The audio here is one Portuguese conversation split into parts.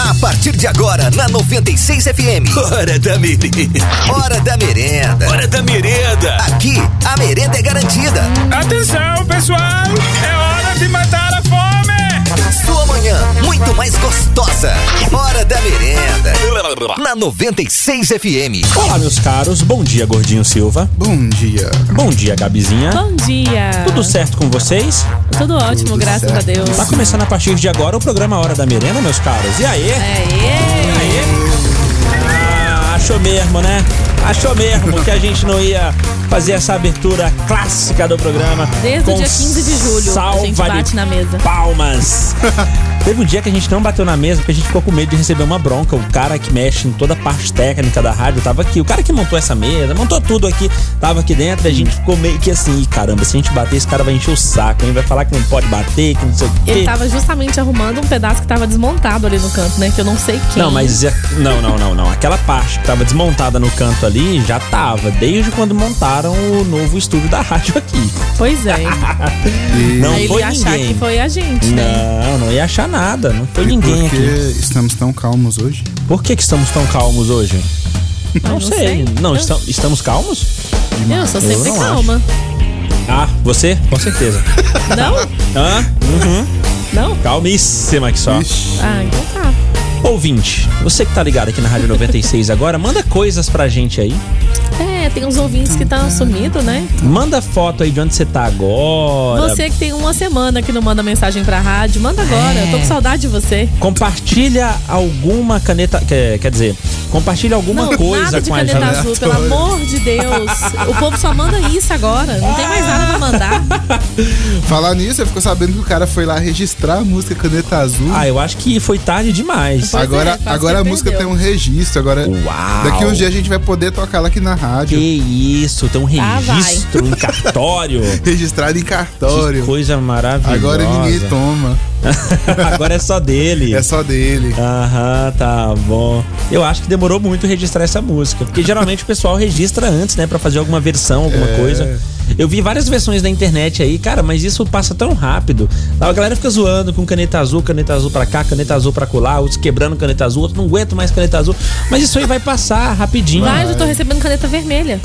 A partir de agora, na 96 FM. Hora da merenda. Hora da merenda. Hora da merenda. Aqui, a merenda é garantida. Atenção, pessoal. É hora de matar a fome. Sua manhã, muito mais gostosa. Hora da merenda. Na 96 FM. Olá, meus caros. Bom dia, Gordinho Silva. Bom dia. Bom dia, Gabizinha. Bom dia. Tudo certo com vocês? Tudo ótimo, Tudo graças certo. a Deus. Tá começando a partir de agora o programa Hora da Merenda, meus caros. E aí? Achou mesmo, né? Achou mesmo que a gente não ia fazer essa abertura clássica do programa. Desde o dia 15 de julho a gente bate na mesa. Palmas. Teve um dia que a gente não bateu na mesa porque a gente ficou com medo de receber uma bronca. O cara que mexe em toda a parte técnica da rádio tava aqui. O cara que montou essa mesa, montou tudo aqui, tava aqui dentro. E a gente ficou meio que assim, caramba, se a gente bater, esse cara vai encher o saco, hein? Vai falar que não pode bater, que não sei o quê. Ele tava justamente arrumando um pedaço que tava desmontado ali no canto, né? Que eu não sei quem. Não, mas não. Aquela parte que tava desmontada no canto ali já tava, desde quando montaram o novo estúdio da rádio aqui. Pois é. Não Aí foi ele ia achar ninguém. que foi a gente, né? Não ia achar nada. Não foi E ninguém por que aqui. estamos tão calmos hoje? Por que estamos tão calmos hoje? Não sei. Não, Eu- estamos calmos? Eu sou sempre não calma. Ah, você? Com certeza. Não? Hã? Não? Calmíssima que só. Ixi. Ah, então tá. Ouvinte, você que tá ligado aqui na Rádio 96 agora, manda coisas pra gente aí. É, tem uns ouvintes que estão sumidos, né? Manda foto aí de onde você tá agora. Você que tem uma semana que não manda mensagem pra rádio, manda agora. Eu tô com saudade de você. Compartilha alguma caneta. Quer dizer, compartilha alguma Não, coisa nada de com a caneta gente. azul, pelo amor de Deus. O povo só manda isso agora. Não tem mais nada pra mandar. Falar nisso, eu fico sabendo que o cara foi lá registrar a música Caneta Azul. Ah, eu acho que foi tarde demais. Pois agora é, quase agora que a música perdeu. tem um registro. Agora, Uau. daqui uns dias a gente vai poder tocar ela aqui na Que rádio. isso, tem um Ah, vai. registro em cartório. Registrado em Que cartório. coisa maravilhosa. Agora ninguém toma. Agora é só dele. É só dele. Aham, tá bom. Eu acho que demorou muito registrar essa música. Porque geralmente o pessoal registra antes, né? Pra fazer alguma versão, alguma coisa. Eu vi várias versões na internet aí, cara, mas isso passa tão rápido. A galera fica zoando com caneta azul pra cá, caneta azul pra colar, outros quebrando caneta azul, outros não aguentam mais caneta azul. Mas isso aí vai passar rapidinho. Mas eu tô recebendo caneta vermelha.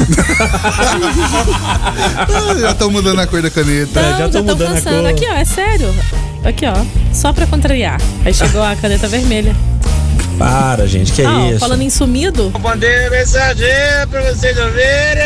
Já estão mudando a cor da caneta. já Não, tô já tô mudando a cansando. cor. Aqui, ó, é sério. Aqui, ó. Só pra contrariar. Aí chegou a caneta vermelha. Para, gente, que é Ó, isso? falando em sumido, Mandei mensagem pra vocês ouvirem.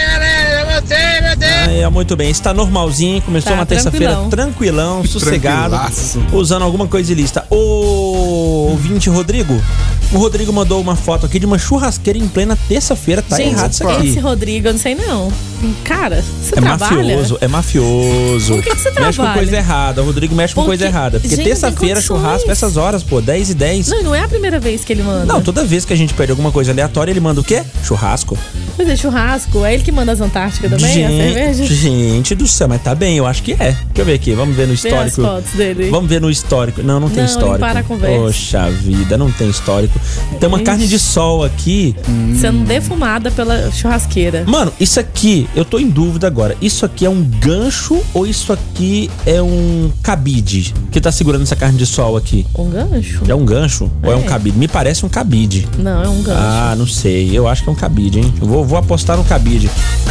Muito bem, está normalzinho, começou Tá uma terça-feira tranquilão, sossegado, Tranquilaço. usando alguma coisa ilícita. O ouvinte Rodrigo, o Rodrigo mandou uma foto aqui de uma churrasqueira em plena terça-feira, tá gente, errado isso aqui. esse Rodrigo, eu não sei não. Cara, você É trabalha? mafioso. Por que você Mexe com trabalha? coisa errada. O Rodrigo mexe com Porque- coisa errada. Porque gente, não tem terça-feira, condições. churrasco, essas horas, pô, 10h10. Não, e não é a primeira vez que ele manda. Não, toda vez que a gente pede alguma coisa aleatória, ele manda o quê? Churrasco. Pois é, churrasco. É ele que manda as Antárticas também, a cerveja? Gente do céu, mas tá bem, eu acho que é. Deixa eu ver aqui, vamos ver no Vê as histórico. fotos dele. Vamos ver no histórico. Não tem Não, histórico. ele para a conversa. Poxa vida, não tem histórico. Tem uma Ixi. carne de sol aqui. Sendo defumada pela churrasqueira. Mano, isso aqui, eu tô em dúvida agora. Isso aqui é um gancho ou isso aqui é um cabide que tá segurando essa carne de sol aqui? Um gancho? É um gancho ou é um cabide? Me parece um cabide. Não, é um gancho. Ah, não sei. Eu acho que é um cabide, hein? Eu vou apostar no cabide.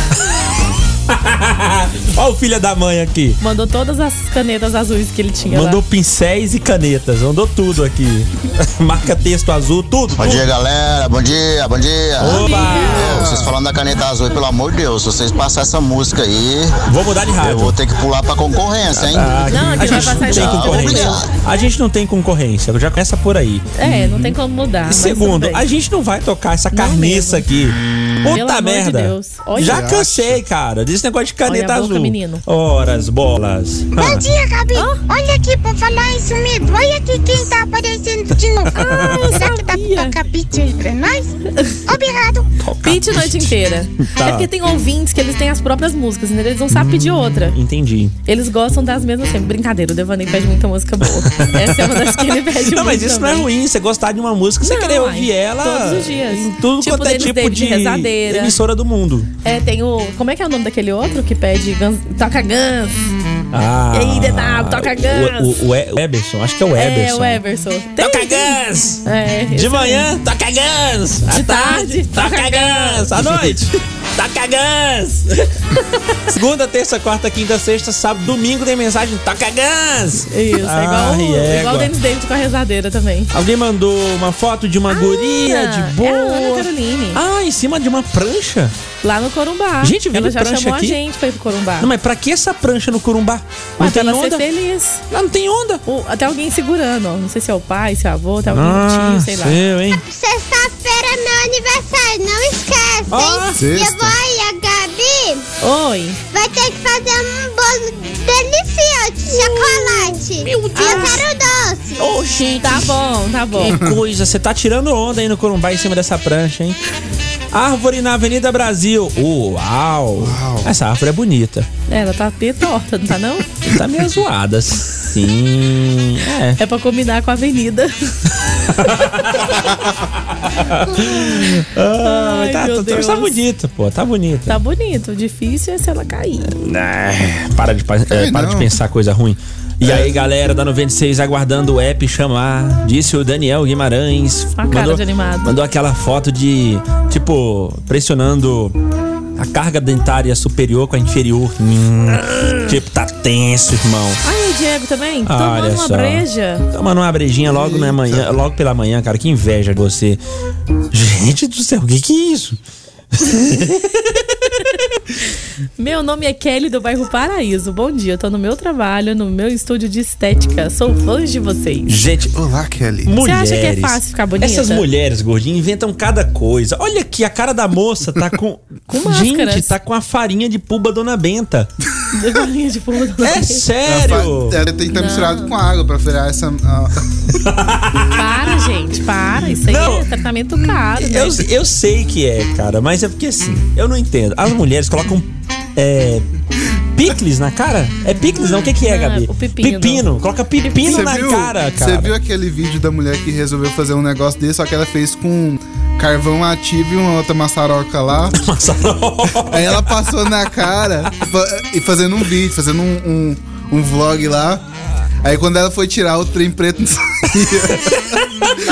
Olha o filho da mãe aqui. Mandou todas as canetas azuis que ele tinha Mandou lá. pincéis e canetas. Mandou tudo aqui. Marca texto azul, tudo. Bom dia, galera. Bom dia, bom dia. Opa! Vocês falando da caneta azul, pelo amor de Deus, se vocês passarem essa música aí, Vou mudar de rádio. eu vou ter que pular pra concorrência, hein? Não, aqui a vai gente não passar tem esse concorrência. áudio. A gente não tem concorrência. Já começa por aí. É, não tem como mudar. E mas segundo, tudo bem. a gente não vai tocar essa Não carniça aqui. Pelo Puta amor de merda. Deus. Olha. Já cansei, cara, desse negócio de caneta Olha a boca, azul. menino. Horas, bolas. Bom dia, Gabi. Olha aqui pra falar em sumido. Olha aqui quem tá aparecendo de novo. Será que dá pra tocar beat aí pra nós? Obrigado. Pite a noite inteira. Tá. É porque tem ouvintes que eles têm as próprias músicas, entendeu? Eles não sabem pedir outra. Entendi. Eles gostam das mesmas sempre. Brincadeira, o Devaney pede muita música boa. Essa é uma das que ele pede muito. Não, mas isso não é também. ruim. Você gostar de uma música, você Não, querer ai, ouvir ela todos os dias. em tudo Tipo quanto é deles, tipo David de Rezadeira. emissora do mundo. É, tem o... Como é que é o nome daquele outro que pede... Toca Guns. E aí, DW, toca Guns. O Eberson, acho que é o Eberson. É, o Eberson. Toca Guns! De manhã, toca Guns! À tarde, toca Guns! À noite, toca Guns! Segunda, terça, quarta, quinta, sexta, sábado, domingo tem mensagem, toca Guns! Isso, igual o Dennis David com a rezadeira também. Alguém mandou uma foto de uma guria de boa. É a Ana Caroline. Em cima de uma prancha. Lá no Corumbá. Gente, ela já chamou aqui? a gente pra ir pro Corumbá. Não, mas pra que essa prancha no Corumbá? Não tem ela onda? ser feliz. Não tem onda. Até alguém segurando, ó. Não sei se é o pai, se é o avô, até alguém no tio, sei lá. Hein? Sexta-feira é meu aniversário, não esquece, hein? E eu vou aí, a Gabi. Oi. Vai ter que fazer um bolo delicioso de chocolate. Meu Deus. Eu quero doce. Ô, gente. Tá bom. Que coisa, você tá tirando onda aí no Corumbá em cima dessa prancha, hein? Árvore na Avenida Brasil. Uau! Essa árvore é bonita. Ela tá até torta, não tá não? Tá meio zoada, sim. É pra combinar com a avenida. Tá bonita, pô. Tá bonita. Tá bonito. O difícil é se ela cair. Para de pensar coisa ruim. E aí, galera da 96 aguardando o app chamar, disse o Daniel Guimarães. A cara de animado. Mandou aquela foto de, tipo, pressionando a carga dentária superior com a inferior. Tipo, tá tenso, irmão. O Diego também? Olha tomando uma breja. Tomando uma brejinha logo na manhã, logo pela manhã, cara. Que inveja de você. Gente do céu, o que é isso? Meu nome é Kelly do bairro Paraíso. Bom dia, eu tô no meu trabalho, no meu estúdio de estética. Sou fã de vocês. Gente, olá, Kelly. Mulheres, você acha que é fácil ficar bonita? Essas mulheres, gordinhas, inventam cada coisa. Olha aqui, a cara da moça tá com... máscaras. Gente, tá com a farinha de puba Dona Benta. Farinha de puba Dona Benta. É sério? Ela tem que estar misturado com água pra virar essa... Para, gente, para. Isso aí é tratamento caro, né? Eu sei que é, cara, mas é porque assim, eu não entendo. As mulheres colocam picles na cara? É picles, não? O que é, Gabi? O pepino. Pepino. Coloca pepino na cara, cara. Você viu aquele vídeo da mulher que resolveu fazer um negócio desse, só que ela fez com carvão ativo e uma outra maçaroca lá. Aí ela passou na cara e fazendo um vídeo, fazendo um vlog lá. Aí quando ela foi tirar o trem preto não saía.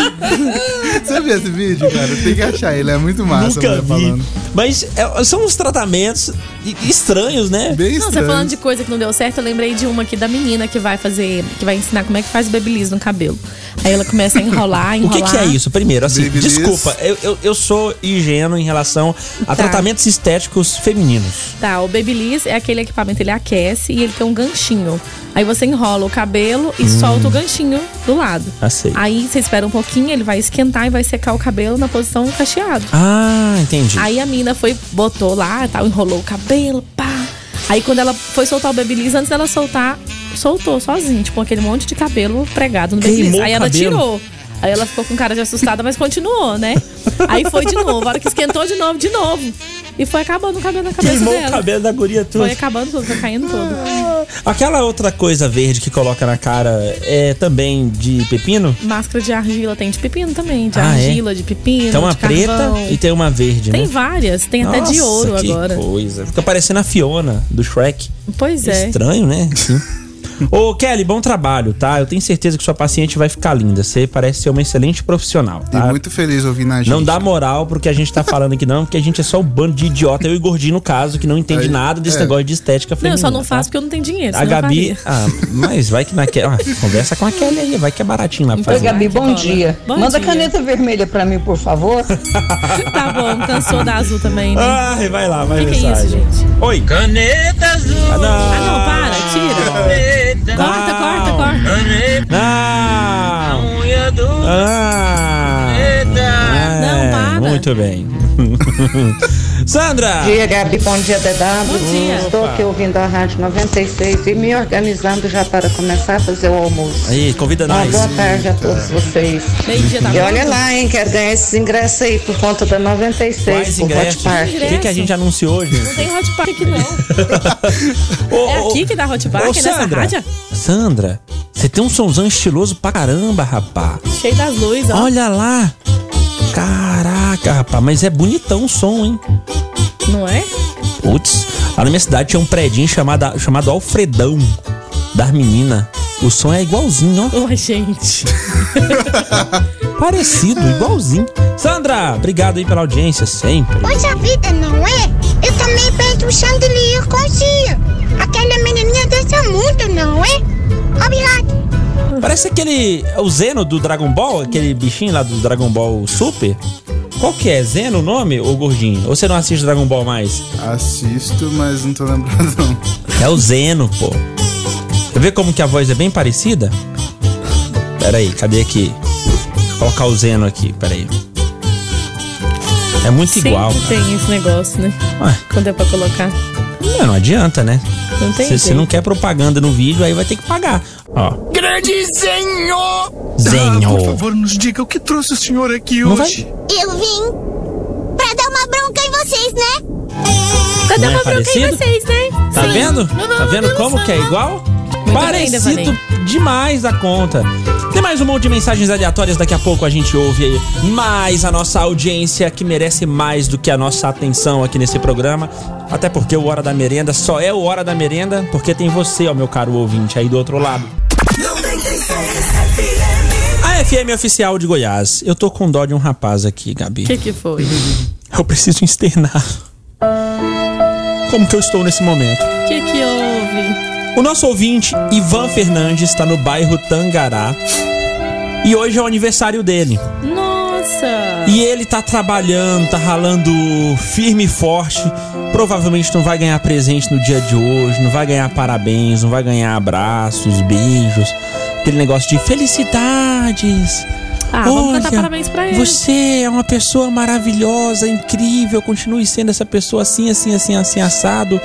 Você viu esse vídeo, cara? Tem que achar, ele é muito massa. Nunca vi. Falando. Mas são uns tratamentos estranhos, né? Bem estranhos. Você falando de coisa que não deu certo, eu lembrei de uma aqui da menina que vai ensinar como é que faz o babyliss no cabelo. Aí ela começa a enrolar. O que é isso? Primeiro, assim, babyliss. Desculpa, eu sou ingênuo em relação a tratamentos estéticos femininos. Tá, o babyliss é aquele equipamento, ele aquece e ele tem um ganchinho. Aí você enrola o cabelo e solta o ganchinho do lado. Sei. Aí você espera um pouquinho, ele vai esquentar e vai secar o cabelo na posição cacheado. Entendi. Aí a mina botou lá, tal, enrolou o cabelo, pá. Aí quando ela foi soltar o babyliss, antes dela soltar, soltou sozinho, tipo aquele monte de cabelo pregado no babyliss. Aí ela tirou. Aí ela ficou com cara de assustada, mas continuou, né? Aí foi de novo, a hora que esquentou de novo. E foi acabando o cabelo na cabeça dela. Queimou o cabelo da guria tudo. Foi acabando tudo, foi caindo tudo. Aquela outra coisa verde que coloca na cara é também de pepino? Máscara de argila tem de pepino também. De argila, de pepino, tem uma de carvão. preta e tem uma verde, tem né? Tem várias, tem até de ouro agora. Que coisa. Fica parecendo a Fiona do Shrek. Pois é. Estranho, né? Sim. Ô, Kelly, bom trabalho, tá? Eu tenho certeza que sua paciente vai ficar linda. Você parece ser uma excelente profissional, tá? E muito feliz ouvindo a gente. Não dá moral pro que a gente tá falando aqui, não, porque a gente é só um bando de idiota. Eu e Gordinho, no caso, que não entende nada desse negócio de estética feminina. Não, eu só não faço porque eu não tenho dinheiro. A Gabi... mas vai que conversa com a Kelly aí, vai que é baratinho lá pra fazer. Oi, Gabi, bom dia. Manda caneta vermelha pra mim, por favor. Tá bom, cansou da azul também, né? Vai lá, vai mensagem. Que é isso, gente? Oi. Caneta azul. Não, para, tira. Corta. Não, para. Muito bem. Sandra! Bom dia, Gabi. Bom dia, DW. Bom dia. Estou aqui ouvindo a Rádio 96 e me organizando já para começar a fazer o almoço. Aí, convida nós. Boa tarde a todos vocês. Tá e olha lá, hein? Quero ganhar esses ingressos aí por conta da 96. Quais ingressos? O que a gente anunciou hoje? Não tem Hot Park aqui, não. É aqui que dá Hot Park, nessa rádio? Sandra, você tem um somzão estiloso pra caramba, rapaz. Cheio das luzes, ó. Olha lá. Caraca, rapaz, mas é bonitão o som, hein? Não é? Putz, lá na minha cidade tinha um predinho chamado Alfredão. das meninas. O som é igualzinho, ó. Oi, gente. Parecido, igualzinho. Sandra, obrigado aí pela audiência sempre. Poxa vida, não é? Eu também penso o chandelier cozinha. Aquela menininha dança muito, não é? Obrigado. Parece aquele... o Zeno do Dragon Ball, aquele bichinho lá do Dragon Ball Super. Qual que é? Zeno o nome, ô gordinho? Ou você não assiste Dragon Ball mais? Assisto, mas não tô lembrado não. É o Zeno, pô. Você vê como que a voz é bem parecida? Pera aí, cadê aqui? Vou colocar o Zeno aqui, pera aí. É muito igual. Sempre tem esse negócio, né? Ué. Quando é pra colocar. Não adianta, né? Não tem Se não quer propaganda no vídeo, aí vai ter que pagar. Ó. Grande Zenho! Zenho. Por favor, nos diga o que trouxe o senhor aqui Não hoje. Eu vim pra dar uma bronca em vocês, né? Pra dar Não é uma bronca em parecido? vocês, né? Tá Sim. vendo? Tá vendo como que é igual? Muito Parecido bem, demais da conta. Tem mais um monte de mensagens aleatórias. Daqui a pouco a gente ouve aí mais a nossa audiência, que merece mais do que a nossa atenção aqui nesse programa. Até porque o Hora da Merenda só é o Hora da Merenda porque tem você, ó, meu caro ouvinte, aí do outro lado. A FM oficial de Goiás. Eu tô com dó de um rapaz aqui, Gabi. O que foi? Eu preciso externar como que eu estou nesse momento. O que houve? O nosso ouvinte, Ivan Fernandes, está no bairro Tangará. E hoje é o aniversário dele. Nossa! E ele tá trabalhando, tá ralando firme e forte. Provavelmente não vai ganhar presente no dia de hoje, não vai ganhar parabéns, não vai ganhar abraços, beijos. Aquele negócio de felicidades. Vamos cantar parabéns pra ele. Você é uma pessoa maravilhosa, incrível. Continue sendo essa pessoa assim, assim, assim, assim, assado.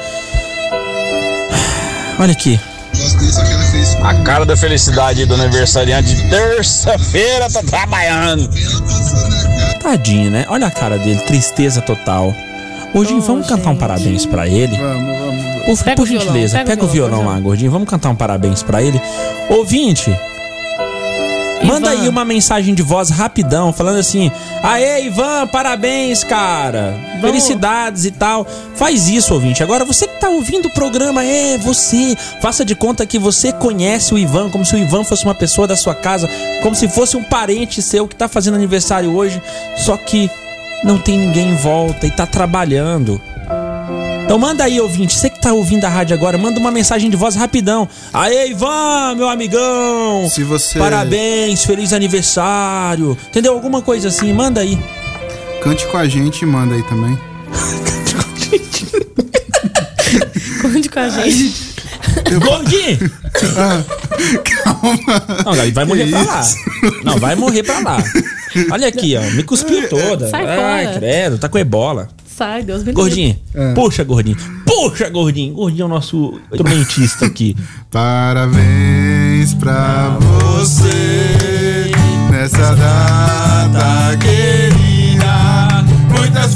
Olha aqui. A cara da felicidade do aniversariante de terça-feira tá trabalhando. Tadinho, né? Olha a cara dele, tristeza total. Hoje vamos cantar um parabéns pra ele. Vamos. Por gentileza, pega o violão lá, gordinho. Vamos cantar um parabéns pra ele. Ouvinte, manda aí uma mensagem de voz rapidão, falando assim: aê, Ivan, parabéns, cara. Felicidades e tal. Faz isso, ouvinte. Agora, você que tá ouvindo o programa, você. Faça de conta que você conhece o Ivan, como se o Ivan fosse uma pessoa da sua casa, como se fosse um parente seu que tá fazendo aniversário hoje, só que não tem ninguém em volta e tá trabalhando. Então manda aí, ouvinte, você que tá ouvindo a rádio agora, manda uma mensagem de voz rapidão. Aê, Ivan, meu amigão. Se você... Parabéns, feliz aniversário. Entendeu? Alguma coisa assim, manda aí. Cante com a gente e manda aí também. Cante com a gente. Conte com a gente. Gordinho! Calma. Não, Gabi, vai morrer pra lá. Não, vai morrer pra lá. Olha aqui, ó, me cuspiu toda. Sai Ai, fora. credo, tá com ebola. Sai, Deus me livre. Gordinho, puxa, gordinho. Puxa, gordinho. Gordinho é o nosso instrumentista aqui. Parabéns pra você nessa data querida. Muitas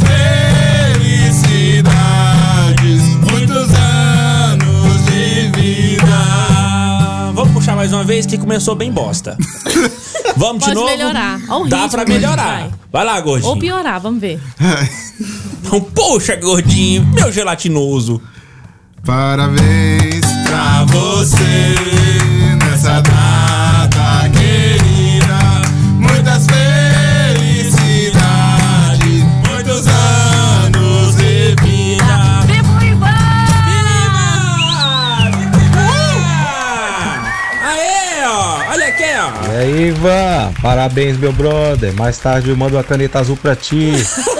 felicidades, muitos anos de vida. Vamos puxar mais uma vez que começou bem bosta. Vamos Pode de novo. melhorar. Olha o Dá ritmo, pra gordinho, melhorar. Vai lá, gordinho. Ou piorar, vamos ver. Então, puxa, gordinho, meu gelatinoso. Parabéns pra você nessa data querida. Muitas felicidades, muitos anos de vida. Viva, Ivan! Aê, ó, olha aqui, ó. E aí, Ivan, parabéns, meu brother. Mais tarde eu mando uma caneta azul pra ti.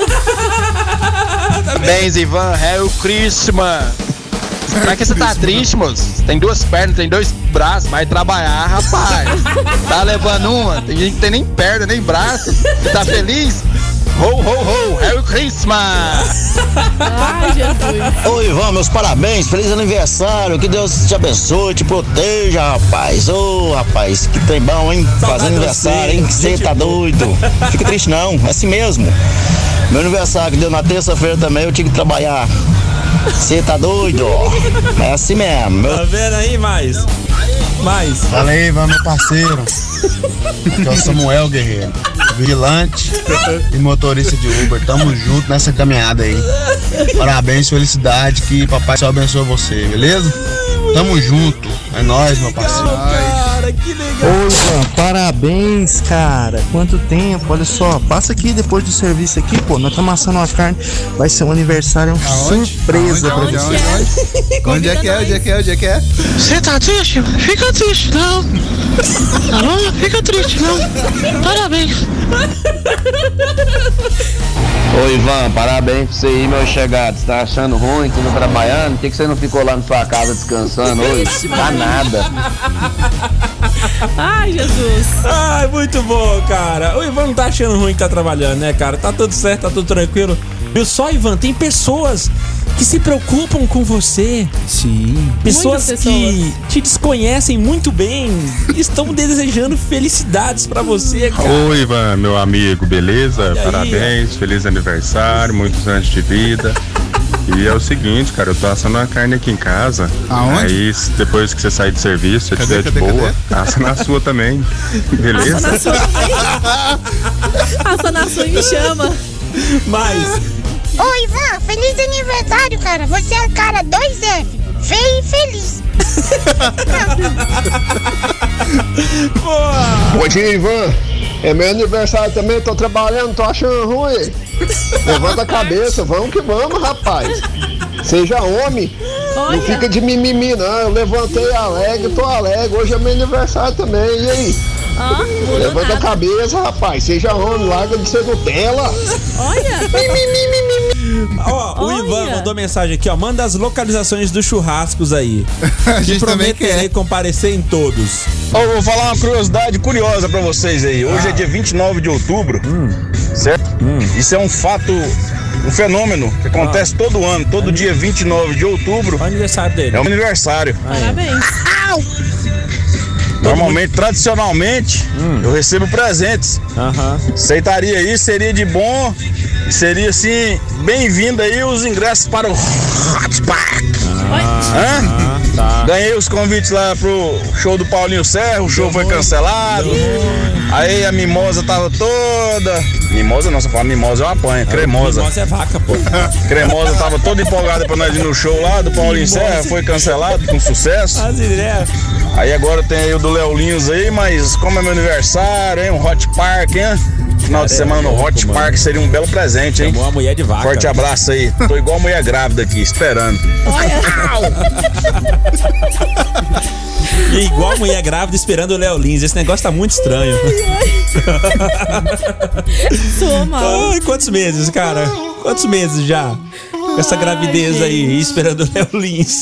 Parabéns, Ivan. Happy Christmas. Como é que você tá triste, moço? Tem duas pernas, tem dois braços, vai trabalhar, rapaz. Tá levando uma? Tem gente que tem nem perna, nem braço. Você tá feliz? Ho, ho, ho, Happy Christmas! Ai, Jesus. Ô Ivan, meus parabéns, feliz aniversário, que Deus te abençoe, te proteja, rapaz. Ô, rapaz, que trem bom, hein? Fazer aniversário, hein? Você tá doido. Fica triste não, é assim mesmo. Meu aniversário que deu na terça-feira também, eu tinha que trabalhar. Você tá doido? É assim mesmo. Tá vendo aí, mais? Fala aí, Ivan, meu parceiro. Aqui é o Samuel Guerreiro, vigilante e motorista de Uber. Tamo junto nessa caminhada aí. Parabéns, felicidade, que papai só abençoe você, beleza? Tamo junto. É nóis, meu parceiro. Cara, que legal. Ô, Ivan, parabéns, cara. Quanto tempo, olha só. Passa aqui depois do serviço aqui, pô. Nós estamos assando uma carne. Vai ser um aniversário, surpresa pra você. Onde é que é? Você tá triste? Fica triste, não. Alô? Fica triste, não. Parabéns. Ô Ivan, parabéns pra você aí, meu chegado. Você tá achando ruim, que não trabalhando? Por que você não ficou lá na sua casa descansando hoje? Tá nada. Ai, Jesus. Ai, muito bom, cara. O Ivan não tá achando ruim que tá trabalhando, né, cara? Tá tudo certo, tá tudo tranquilo. Viu só, Ivan? Tem pessoas que se preocupam com você. Sim. Pessoas que te desconhecem muito bem e estão desejando felicidades pra você, cara. Oi, Ivan, meu amigo, beleza? Parabéns, feliz aniversário, muitos anos de vida. E é o seguinte, cara, eu tô assando uma carne aqui em casa. Aonde? Aí, depois que você sair do serviço, se estiver de boa, assa na sua também. Beleza? Assa na sua também. Assa na sua e me chama. Mas... Ô, Ivan, feliz aniversário, cara. Você é um cara 2F, feio e feliz. Bom dia, Ivan. É meu aniversário também, tô trabalhando, tô achando ruim. Levanta a cabeça, vamos que vamos, rapaz. Seja homem. Olha. Não fica de mimimi, não. Eu levantei alegre, tô alegre. Hoje é meu aniversário também. E aí? Levanta a cabeça, rapaz. Seja homem, larga de ser Nutella. Olha. Ó, o Ivan mandou mensagem aqui, ó. Manda as localizações dos churrascos aí. A gente também quer comparecer em todos. Eu vou falar uma curiosidade curiosa pra vocês aí. Hoje é dia 29 de outubro, certo? Isso é um fato, um fenômeno que acontece todo ano. Todo dia 29 de outubro é o aniversário dele. É o aniversário. Parabéns. Normalmente, tradicionalmente, eu recebo presentes. Aceitaria isso, seria de bom. Seria assim, bem-vindo aí os ingressos para o Hot Park. Tá. Ganhei os convites lá pro show do Paulinho Serra, o show foi cancelado. Aí a mimosa tava toda. Mimosa não, se eu falar mimosa eu apanho, cremosa. Mimosa é vaca, pô. Cremosa tava toda empolgada pra nós ir no show lá do Paulinho Serra, foi cancelado com sucesso. Aí agora tem aí o do Léo Lins aí, mas como é meu aniversário, hein? Um Hot Park, hein? Final de semana no Hot Park seria um belo presente, hein? Uma mulher de vaca. Forte abraço aí. Tô igual a mulher grávida aqui, esperando. E igual a mulher grávida esperando o Léo Lins. Esse negócio tá muito estranho. Sou mal. Ai, quantos meses, cara? Quantos meses já? Com essa gravidez aí, esperando o Léo Lins.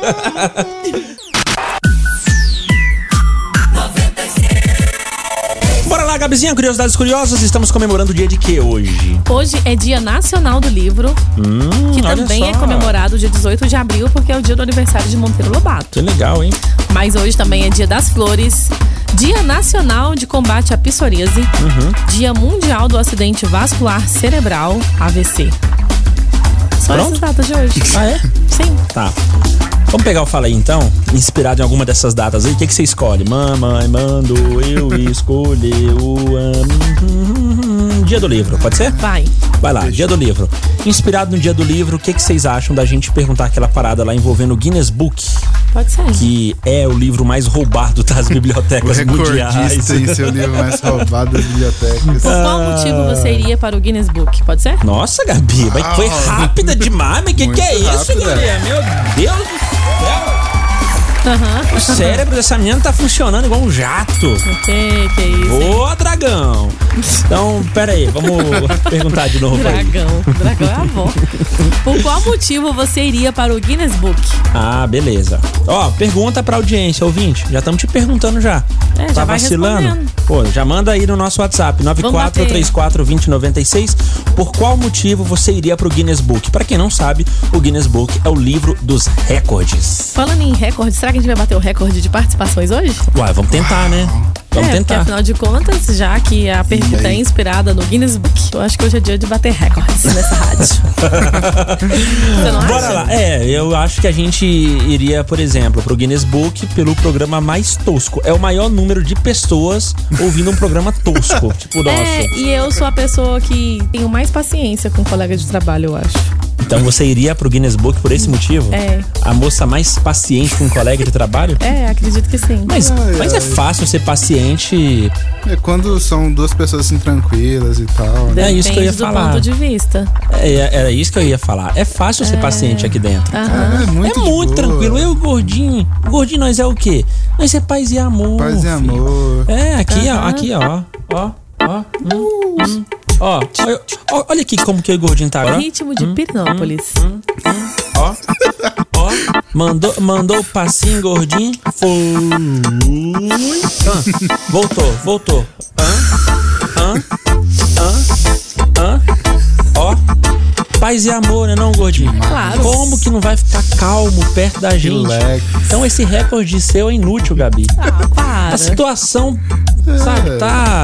Bora lá, Gabizinha, curiosidades curiosas. Estamos comemorando o dia de quê hoje? Hoje é Dia Nacional do Livro, que também é comemorado dia 18 de abril, porque é o dia do aniversário de Monteiro Lobato. Que legal, hein? Mas hoje também é Dia das Flores, Dia Nacional de Combate à Psoríase, Dia Mundial do Acidente Vascular Cerebral, AVC. Só essas datas de hoje. Ah, é? Sim. Tá. Vamos pegar o Fala Aí, então? Inspirado em alguma dessas datas aí, o que você escolhe? Mamãe, mando eu escolher o Dia do Livro, pode ser? Vai lá, Dia do Livro. Inspirado no Dia do Livro, o que vocês acham da gente perguntar aquela parada lá envolvendo o Guinness Book? Pode ser. Que é o livro mais roubado das bibliotecas mundiais. Esse é o livro mais roubado das bibliotecas. Por qual motivo você iria para o Guinness Book? Pode ser? Nossa, Gabi, mas foi rápida demais, mas que é isso, galera? Meu Deus do céu! O cérebro dessa menina tá funcionando igual um jato. Que é isso? Ô, dragão! Então, pera aí, vamos perguntar de novo. Dragão é a avó. Por qual motivo você iria para o Guinness Book? Ah, beleza. Ó, pergunta pra audiência, ouvinte. Já estamos te perguntando já. Já tá vai vacilando? respondendo. Pô, já manda aí no nosso WhatsApp, 94342096. Por qual motivo você iria pro Guinness Book? Pra quem não sabe, o Guinness Book é o livro dos recordes. Falando em recordes, será que a gente vai bater o recorde de participações hoje? Ué, vamos tentar, né? Vamos tentar. Porque afinal de contas, já que a pergunta é inspirada no Guinness Book, eu acho que hoje é dia de bater recordes nessa rádio. Você não Bora acha? lá. Eu acho que a gente iria, por exemplo, pro Guinness Book pelo programa mais tosco. É o maior número de pessoas ouvindo um programa tosco, tipo o nosso. E eu sou a pessoa que tenho mais paciência com colega de trabalho, eu acho. Então você iria pro Guinness Book por esse motivo? É. A moça mais paciente com um colega de trabalho? É, acredito que sim. Mas é fácil ser paciente. É quando são duas pessoas assim tranquilas e tal. Depende é isso que eu ia falar. do ponto de vista. Era isso que eu ia falar. É fácil ser paciente aqui dentro. Aham. É muito tranquilo. Eu, Gordinho, nós é o quê? Nós é paz e amor. Paz e filho. amor. É, aqui, ó. Olha aqui como que o Gordinho tá agora. Ritmo de Pirinópolis. Ó. Mandou o passinho, Gordinho. Foi. Voltou. Ó. Paz e amor, né não, Gordinho? Claro. Como que não vai ficar calmo perto da gente? Então esse recorde seu é inútil, Gabi. Para. A situação, sabe,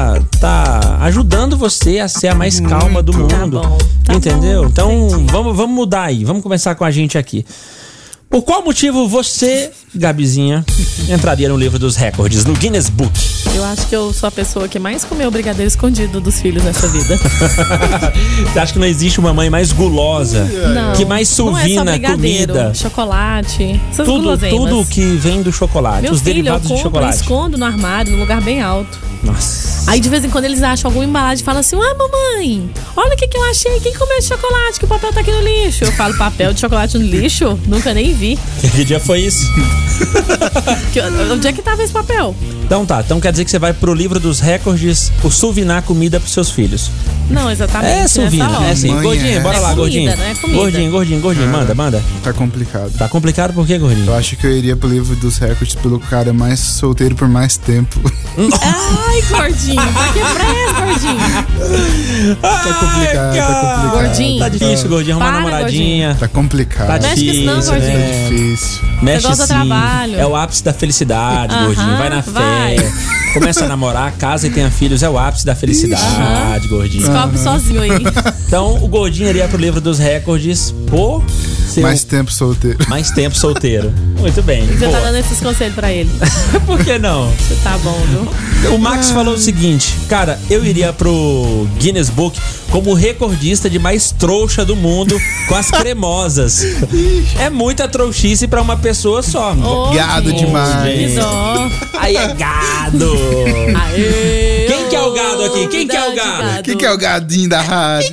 tá ajudando você a ser a mais calma do mundo. Tá entendeu? bom, então vamos mudar aí. Vamos começar com a gente aqui. Por qual motivo você, Gabizinha, entraria no livro dos recordes, no Guinness Book? Eu acho que eu sou a pessoa que mais comeu brigadeiro escondido dos filhos nessa vida. Você acha que não existe uma mãe mais gulosa? Não, que mais suvina comida? Chocolate, essas guloseimas. Tudo que vem do chocolate, Meu os filho, derivados de chocolate. Eu escondo no armário, num lugar bem alto. Nossa. Aí de vez em quando eles acham alguma embalagem e falam assim: mamãe, olha o que eu achei, quem comeu esse chocolate, que o papel tá aqui no lixo. Eu falo, papel de chocolate no lixo? Nunca nem vi. Que dia foi isso? Onde é que tava esse papel? Então tá, então quer dizer que você vai pro livro dos recordes, o suvinar comida pros seus filhos. Não, exatamente. É suvina, é assim. Gordinho, bora lá, Gordinho. Não é comida. Gordinho, manda. Tá complicado. Tá complicado por quê, Gordinho? Eu acho que eu iria pro livro dos recordes pelo cara mais solteiro por mais tempo. Ai, Gordinho, pra que pressa, Gordinho? Tá complicado. Gordinho. Tá difícil, Gordinho, arrumar namoradinha. Tá complicado. Tá difícil, não, Gordinho. né? Tá difícil. Mexe Você gosta do sim. trabalho. É o ápice da felicidade, Gordinho. Vai na vai. fé. Começa a namorar, casa e tenha filhos. É o ápice da felicidade, Gordinho. Descobre sozinho aí. Então, o Gordinho iria pro livro dos recordes por ser mais tempo solteiro. Mais tempo solteiro. Muito bem. Você boa. tá dando esses conselhos pra ele. Por que não? Você tá bom, viu? O Max falou o seguinte: cara, eu iria pro Guinness Book como recordista de mais trouxa do mundo com as cremosas. É muita trouxice pra uma pessoa só. Gado demais. Aí é gado. Aê, quem que é o gado aqui? Quem que é o gado? Quem que é o gadinho da rádio?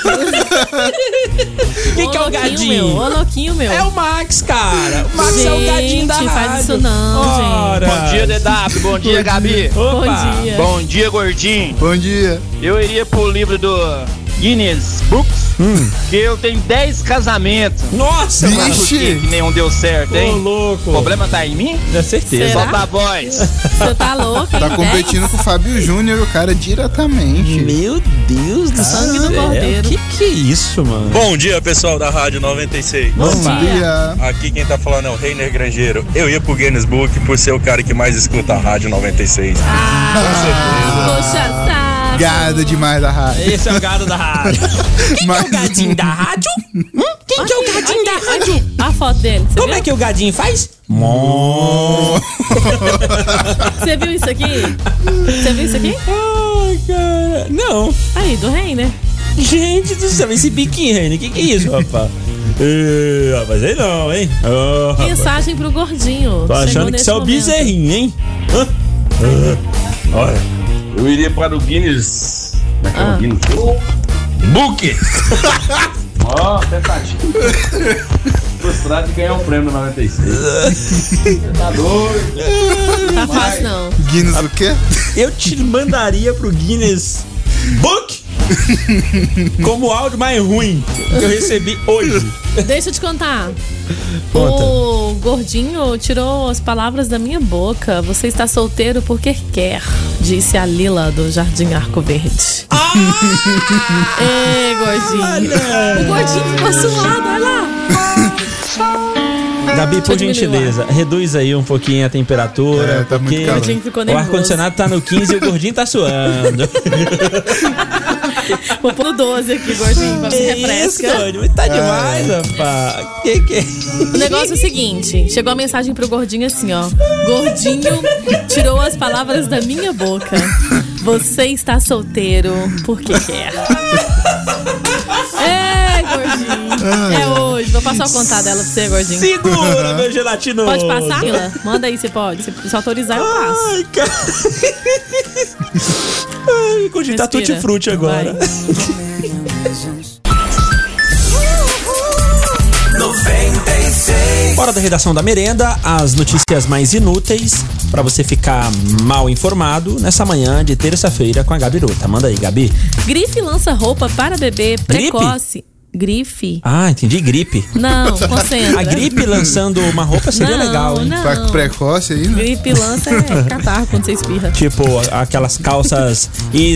Quem que é o gadinho? Ô, louquinho meu. É o Max, cara. O Max é o gadinho da rádio. Faz isso não, gente. Bom dia, DW. Bom dia, Gabi. Opa. Bom dia. Bom dia, Gordinho. Bom dia. Eu iria pro livro do Guinness Books, que eu tenho 10 casamentos. Nossa, que nenhum deu certo, hein? Ô, louco. O problema tá em mim? É certeza. Solta a voz. Você tá louco, hein? Tá competindo com o Fábio Júnior, o cara, diretamente. Meu Deus do sangue do cordeiro. Que é isso, mano? Bom dia, pessoal da Rádio 96. Bom dia. Aqui quem tá falando é o Reiner Grangeiro. Eu ia pro Guinness Book por ser o cara que mais escuta a Rádio 96. Com certeza. Gado demais da rádio. Esse é o gado da rádio. Quem que é o gadinho da rádio? Quem que é o gadinho da rádio? A foto dele. Como viu? É que o gadinho faz? Você viu isso aqui? Ai, cara. Não. Aí, do Reiner. Gente do céu, esse biquinho, Reiner. Que é isso, rapaz? Rapaz, aí não, hein? Mensagem pro Gordinho. Tô achando que você é o bezerrinho, hein? Olha. Eu iria para o Guinness. Guinness Book! Ó, tentativa. Frustrado de ganhar um prêmio 96. Você tá doido? Tá fácil, não. Guinness o quê? Eu te mandaria pro Guinness Book como o áudio mais ruim que eu recebi hoje. Deixa eu te contar. Conta. O Gordinho tirou as palavras da minha boca. Você está solteiro porque quer, disse a Lila do Jardim Arco Verde. Ei, Gordinho. O Gordinho ficou suado, olha lá. Gabi, por gentileza, reduz aí um pouquinho a temperatura, tá porque muito o ar-condicionado tá no 15 e o Gordinho tá suando. Vou pôr no 12 aqui, Gordinho, pra você refresca. Gordinho, tá demais, rapaz. O negócio é o seguinte, chegou a mensagem pro Gordinho assim, ó. Gordinho tirou as palavras da minha boca. Você está solteiro porque quer. Ei, Gordinho. É hoje. Vou passar o contato dela pra você, gordinho. Segura, meu gelatinoso. Pode passar, Mila? Manda aí, você pode. Se autorizar, eu passo. Ai, cara. Ai, cogitar tutti-frutti agora. 96. Hora da redação da merenda, as notícias mais inúteis pra você ficar mal informado nessa manhã de terça-feira com a Gabiruta. Manda aí, Gabi. Grife lança roupa para bebê precoce. Grife? Ah, entendi, gripe. Não, concentra. A gripe lançando uma roupa seria legal, hein? Tá precoce aí, né? Gripe lança é catarro quando você espirra. Tipo, aquelas calças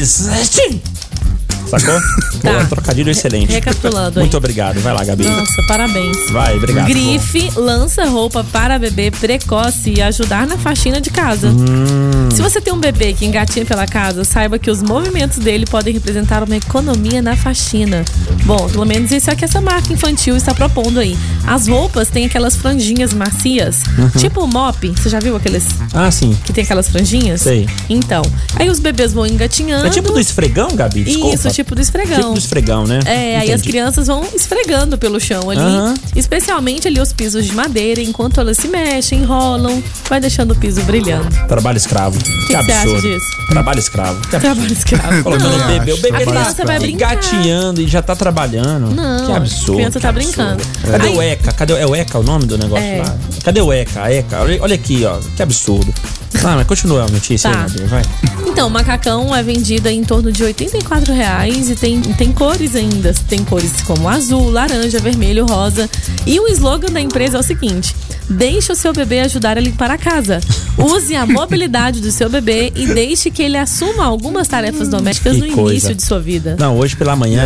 sacou? Tá. Pô, trocadilho excelente. Recapitulando aí. Muito obrigado. Vai lá, Gabi. Nossa, parabéns. Vai, obrigado. Grife lança roupa para bebê precoce e ajudar na faxina de casa. Se você tem um bebê que engatinha pela casa, saiba que os movimentos dele podem representar uma economia na faxina. Bom, pelo menos isso é o que essa marca infantil está propondo aí. As roupas têm aquelas franjinhas macias, tipo o mop. Você já viu aqueles? Ah, sim. Que tem aquelas franjinhas? Sei. Então, aí os bebês vão engatinhando. É tipo do esfregão, Gabi? Desculpa. Isso, tipo do esfregão. Tipo do esfregão, né? É, aí as crianças vão esfregando pelo chão ali, especialmente ali os pisos de madeira, enquanto elas se mexem, enrolam, vai deixando o piso brilhando. Trabalho escravo. Que você acha disso? Trabalho escravo. Trabalho escravo. Colocando o bebê. O bebê a criança vai brincar. Engatinhando e já tá trabalhando. Não, que absurdo. A criança tá brincando. Cadê o ECA? É o ECA o nome do negócio lá? Cadê o ECA? A ECA. Olha aqui, ó. Que absurdo. Ah, mas continua a notícia aí, Gabi, vai. Então, o macacão é vendido em torno de R$84 e tem cores ainda. Tem cores como azul, laranja, vermelho, rosa. E o slogan da empresa é o seguinte: deixe o seu bebê ajudar a limpar a casa. Use a mobilidade do seu bebê e deixe que ele assuma algumas tarefas domésticas no início de sua vida. Não, hoje pela manhã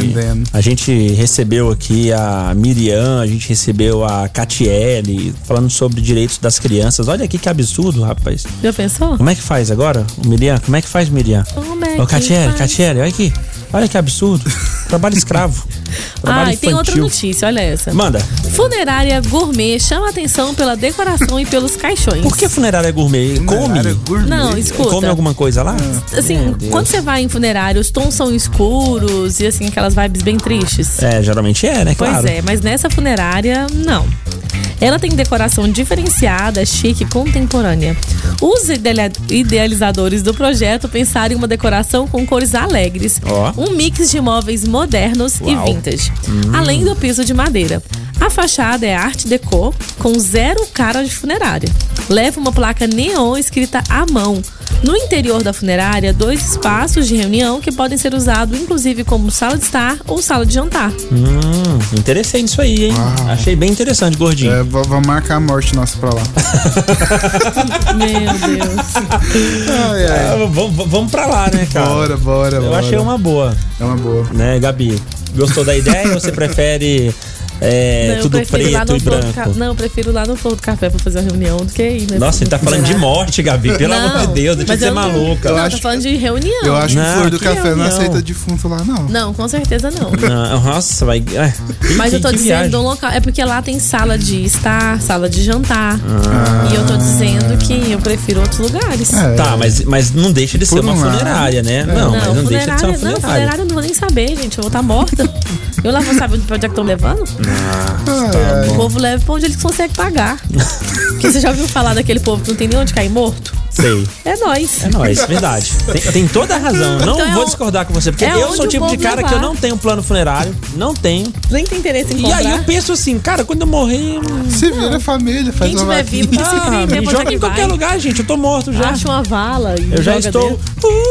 a gente recebeu aqui a Miriam, a gente recebeu a Catiele falando sobre direitos das crianças. Olha aqui que absurdo, rapaz. Já pensou? Como é que faz agora? Miriam, como é que faz, Miriam? Como é que Catiele, olha aqui. Olha que absurdo. Trabalho escravo. Trabalho e tem outra notícia, olha essa. Manda. Funerária gourmet chama atenção pela decoração e pelos caixões. Por que funerária gourmet? Funerária Come? Não, escuta. Come alguma coisa lá? Assim, quando você vai em funerária, os tons são escuros e assim, aquelas vibes bem tristes. É, geralmente né? Claro. Pois é, mas nessa funerária, não. Ela tem decoração diferenciada, chique e contemporânea. Os idealizadores do projeto pensaram em uma decoração com cores alegres, um mix de móveis modernos e vintage, além do piso de madeira. A fachada é arte deco com 0 cara de funerária. Leva uma placa neon escrita à mão. No interior da funerária, 2 espaços de reunião que podem ser usados inclusive como sala de estar ou sala de jantar. Interessante isso aí, hein? Achei bem interessante, gordinho. Vamos marcar a morte nossa pra lá. Meu Deus. Vamos pra lá, né, cara? Bora. Eu achei uma boa. É uma boa. Né, Gabi? Gostou da ideia ou você prefere... tudo preto e branco? Não, eu prefiro lá no Flor do Café pra fazer uma reunião do que aí. Nossa, ele tá falando de morte, Gabi. Pelo amor de Deus, deixa de ser maluca. Não, tô falando de reunião. Eu acho que o Flor do Café não aceita defunto lá, não. Não, com certeza não. Nossa, vai... Mas eu tô dizendo do local. É porque lá tem sala de estar, sala de jantar. E eu tô dizendo que eu prefiro outros lugares. Tá, mas não deixa de ser uma funerária, né? Não, mas não deixa de ser uma funerária. Não, funerária eu não vou nem saber, gente. Eu vou estar morta. Eu lá vou saber pra onde é que estão levando? O povo leva pra onde eles conseguem pagar. Porque você já ouviu falar daquele povo que não tem nem onde cair morto? Sei. É nóis. É nóis, verdade. Tem toda a razão. Não Então vou discordar com você, porque eu sou o tipo de cara que eu não tenho plano funerário. Não tenho. Nem tem interesse em comprar. E aí eu penso assim, cara, quando eu morrer... Se vira família, faz uma vaquinha. Quem tiver vivo, se vira. Me joga em qualquer lugar, gente. Eu tô morto já. Acha uma vala e eu já estou...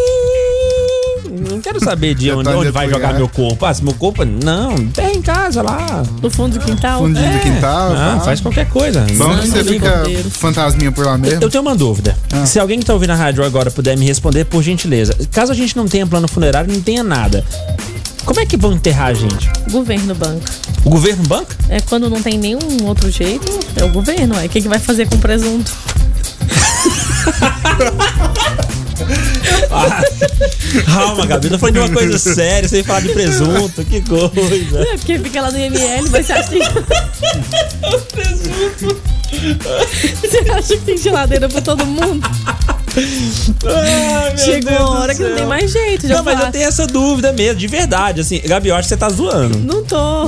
Não quero saber de onde vai jogar meu corpo. Se meu corpo... Não, enterra em casa lá. No fundo do quintal? Fundinho do quintal. Faz qualquer coisa. Bom que você fica fantasminha por lá mesmo. Eu tenho uma dúvida. Se alguém que tá ouvindo a rádio agora puder me responder, por gentileza. Caso a gente não tenha plano funerário, não tenha nada. Como é que vão enterrar a gente? O governo banca. O governo banca? É quando não tem nenhum outro jeito, é o governo. O que vai fazer com presunto? Calma, Gabi, eu tô falando de uma coisa séria, sem falar de presunto, que coisa. É porque fica lá no IML, mas você acha que presunto. Você acha que tem geladeira pra todo mundo? Chegou a hora que não tem mais jeito. Não, mas eu tenho essa dúvida mesmo, de verdade. Assim, Gabi, eu acho que você tá zoando. Não tô.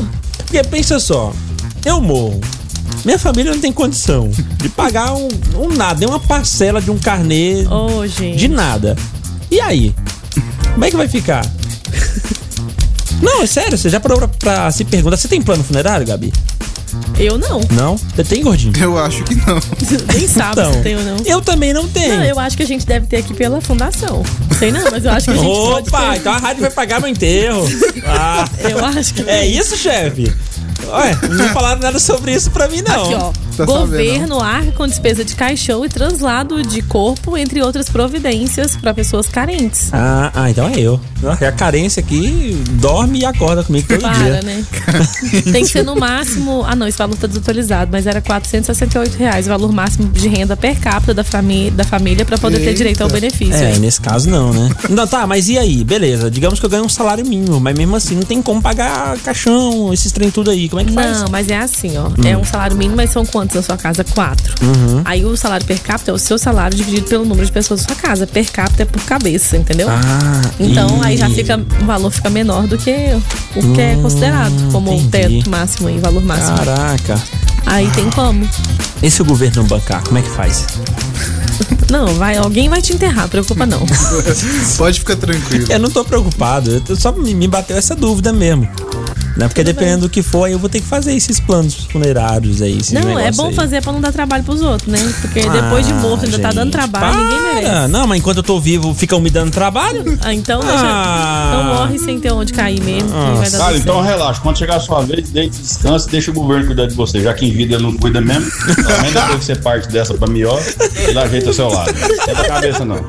Porque pensa só, eu morro. Minha família não tem condição de pagar um nada, nem uma parcela de um carnê de nada. E aí? Como é que vai ficar? Não, é sério, você já parou pra se perguntar, você tem plano funerário, Gabi? Eu não. Não? Você tem, gordinho? Eu acho que não. Nem sabe se tem ou não. Eu também não tenho. Não, eu acho que a gente deve ter aqui pela fundação. Não sei não, mas eu acho que a gente pode ter. Então a rádio vai pagar meu enterro. Eu acho que... É isso, chefe? Ué, não falaram nada sobre isso pra mim, não. Aqui, ó. Tá governo arca com despesa de caixão e translado de corpo, entre outras providências para pessoas carentes. Então é eu. A carência aqui dorme e acorda comigo todo dia. Né? Tem que ser no máximo... não, esse valor tá desatualizado, mas era R$468, o valor máximo de renda per capita da família para poder ter direito ao benefício. Nesse caso não, né? Não, tá, mas e aí? Beleza, digamos que eu ganho um salário mínimo, mas mesmo assim não tem como pagar caixão, esses trem tudo aí. Como é que faz? Não, mas é assim, ó. É um salário mínimo, mas são quantos na sua casa? 4. Aí o salário per capita é o seu salário dividido pelo número de pessoas da sua casa. Per capita é por cabeça, entendeu? Então aí já fica, o valor fica menor do que o que é considerado como o teto máximo aí, valor máximo. Caraca. Aí tem como. E se o governo não bancar, como é que faz? Não, alguém vai te enterrar, preocupa não. Pode ficar tranquilo. Eu não tô preocupado, só me bateu essa dúvida mesmo. Né? Porque dependendo do que for, aí eu vou ter que fazer esses planos funerários aí. Não, é bom fazer pra não dar trabalho pros outros, né? Porque depois de morto ainda tá dando trabalho, ninguém merece. Não, mas enquanto eu tô vivo, ficam me dando trabalho? Então então morre sem ter onde cair mesmo. Vai dar cara, então relaxa. Quando chegar a sua vez, deite, descanse e deixa o governo cuidar de você. Já que em vida ele não cuida mesmo, também depois que você parte dessa pra melhor, ele ajeita ao seu lado. Não tem pra cabeça, não.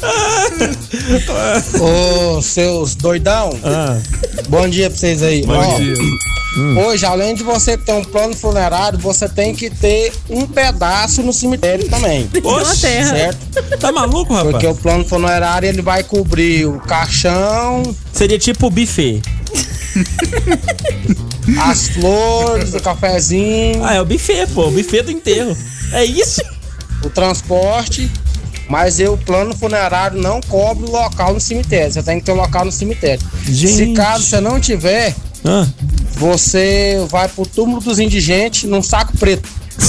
Ô, seus doidão. Bom dia pra vocês aí. Bom dia. Hoje, além de você ter um plano funerário, você tem que ter um pedaço no cemitério também. Oxe, certo? Tá maluco, rapaz? Porque o plano funerário, ele vai cobrir o caixão... Seria tipo o buffet. As flores, o cafezinho... É o buffet, pô. O buffet do enterro. É isso? O transporte... Mas o plano funerário não cobre o local no cemitério. Você tem que ter um local no cemitério. Gente. Se caso você não tiver, você vai pro túmulo dos indigentes num saco preto.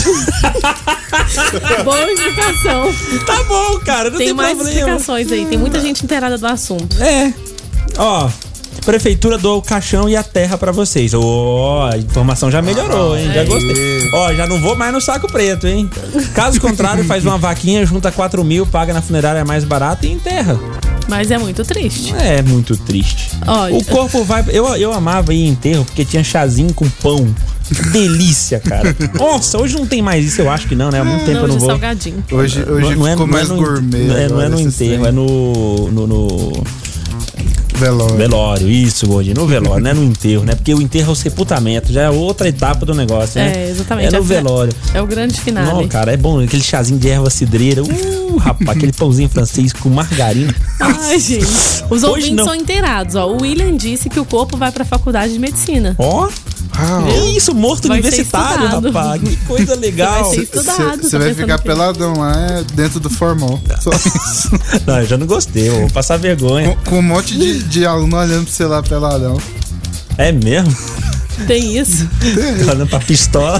Boa explicação. Tá bom, cara, não tem mais problema. explicações aí. Tem muita gente inteirada do assunto. Ó, prefeitura doa o caixão e a terra pra vocês. A informação já melhorou, hein? Já gostei. Já não vou mais no saco preto, hein? Caso contrário, faz uma vaquinha, junta 4 mil, paga na funerária mais barata e enterra. Mas é muito triste. É muito triste. O corpo vai... Eu amava ir em enterro porque tinha chazinho com pão. Que delícia, cara. Nossa, hoje não tem mais isso, eu acho que não, né? Há muito tempo eu não vou. Salgadinho. Hoje ficou mais gourmet. Não é no enterro, é no Velório, isso, gordinho. No velório, não é no enterro, né? Porque o enterro é o sepultamento, já é outra etapa do negócio, né? Exatamente. É no velório. É o grande finale. Não, cara, é bom. Aquele chazinho de erva cidreira. Rapaz, aquele pãozinho francês com margarina. Ai, gente. Os ouvintes são inteirados, ó. O William disse que o corpo vai pra faculdade de medicina. Isso, morto vai universitário, rapaz. Que coisa legal. Vai ser estudado. Você vai ficar peladão lá dentro do formol. Só isso. Não, eu já não gostei, eu vou passar vergonha. Com um monte de aluno olhando pra você lá peladão. É mesmo? Tem isso. Olhando pra pistola.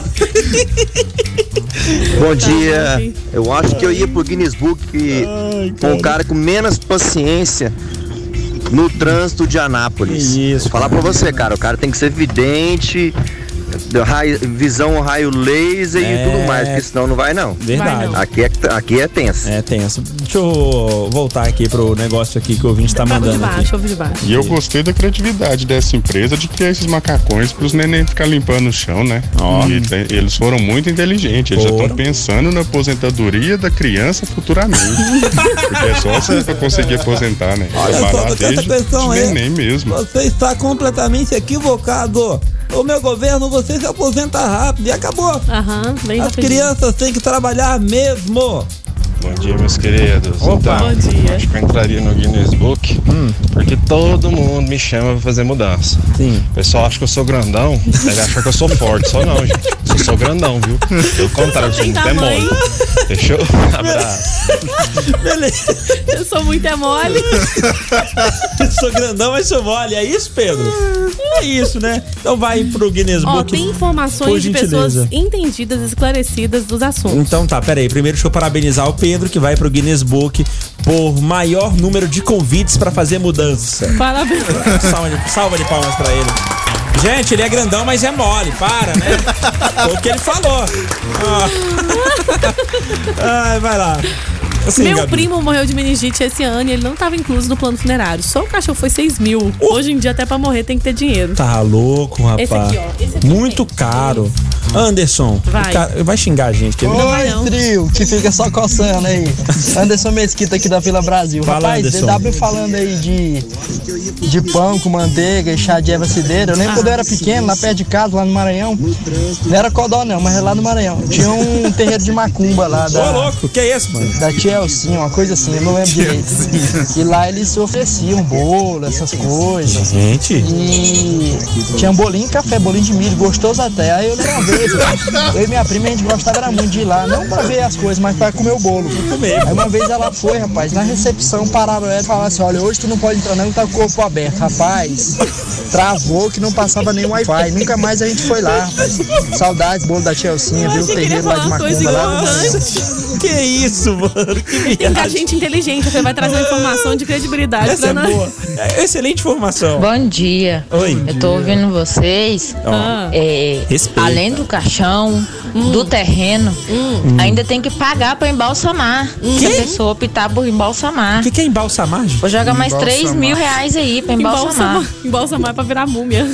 Bom dia. Eu acho que eu ia pro Guinness Book com um cara com menos paciência no trânsito de Anápolis. Isso. Vou falar pra você, cara. O cara tem que ser vidente, visão raio laser e tudo mais, porque senão não vai não. Verdade. Aqui é tenso. É tenso. Deixa eu voltar aqui pro negócio aqui que o ouvinte tá mandando. De baixo. E eu gostei da criatividade dessa empresa de criar esses macacões pros neném ficar limpando o chão, né? Eles foram muito inteligentes. Eles já estão pensando na aposentadoria da criança futuramente. Porque é só assim pra conseguir aposentar, né? Olha só, desde neném mesmo. Você está completamente equivocado. O meu governo, você se aposenta rápido e acabou. As crianças têm que trabalhar mesmo. Bom dia, meus queridos. Opa. Bom dia. Acho que eu entraria no Guinness Book porque todo mundo me chama pra fazer mudança. Sim. O pessoal acha que eu sou grandão, deve achar que eu sou forte, só não, gente. Sou grandão, viu? Pelo contrário, sou muito mole. Fechou? Abraço. Beleza. Eu sou muito mole. Sou grandão, mas sou mole. É isso, Pedro? É isso, né? Então vai pro Guinness Book. Tem informações de pessoas entendidas, esclarecidas dos assuntos. Então tá, peraí. Primeiro deixa eu parabenizar o Pedro, que vai pro Guinness Book por maior número de convites pra fazer mudança. Parabéns. Salva de palmas pra ele. Gente, ele é grandão, mas é mole. Para, né? Foi o que ele falou. Ai, vai lá. Assim, meu Gabi. primo morreu de meningite esse ano e ele não estava incluso no plano funerário. Só o cachorro foi 6 mil. Hoje em dia, até pra morrer, tem que ter dinheiro. Tá louco, rapaz. Esse aqui, ó. Esse aqui muito caro. Anderson, vai xingar a gente. Oi, trio, que fica só coçando aí. Anderson Mesquita aqui da Vila Brasil. Fala, rapaz, Anderson. DW falando aí de pão com manteiga e chá de erva cidreira. Eu lembro quando eu era pequeno, lá perto de casa, lá no Maranhão. Não era Codó não, mas era lá no Maranhão. Tinha um terreiro de macumba lá. Ô, louco, que é isso, mano? Da Chelsea, uma coisa assim, eu não lembro direito. E lá eles ofereciam bolo, essas coisas. Gente. E tinha um bolinho de café, bolinho de milho, gostoso até. Aí eu lembro uma vez, eu e minha prima, a gente gostava era muito de ir lá, não pra ver as coisas, mas pra comer o bolo. Aí uma vez ela foi, rapaz, na recepção pararam ela e falaram assim, olha, hoje tu não pode entrar não, tá com o corpo aberto. Rapaz, travou que não passava nem Wi-Fi, nunca mais a gente foi lá, rapaz. Saudades, bolo da Chelsea, viu o terreiro lá de macumba lá. Que isso, mano, que viagem. Tem muita gente inteligente, você vai trazer uma informação de credibilidade. Essa pra é boa. Excelente informação. Bom dia. Oi. Eu tô ouvindo vocês. Além do caixão, do terreno, ainda tem que pagar pra embalsamar. Se a pessoa optar por embalsamar. O que é embalsamar, gente? Vou jogar mais 3 mil reais aí pra embalsamar. Embalsamar é pra virar múmia.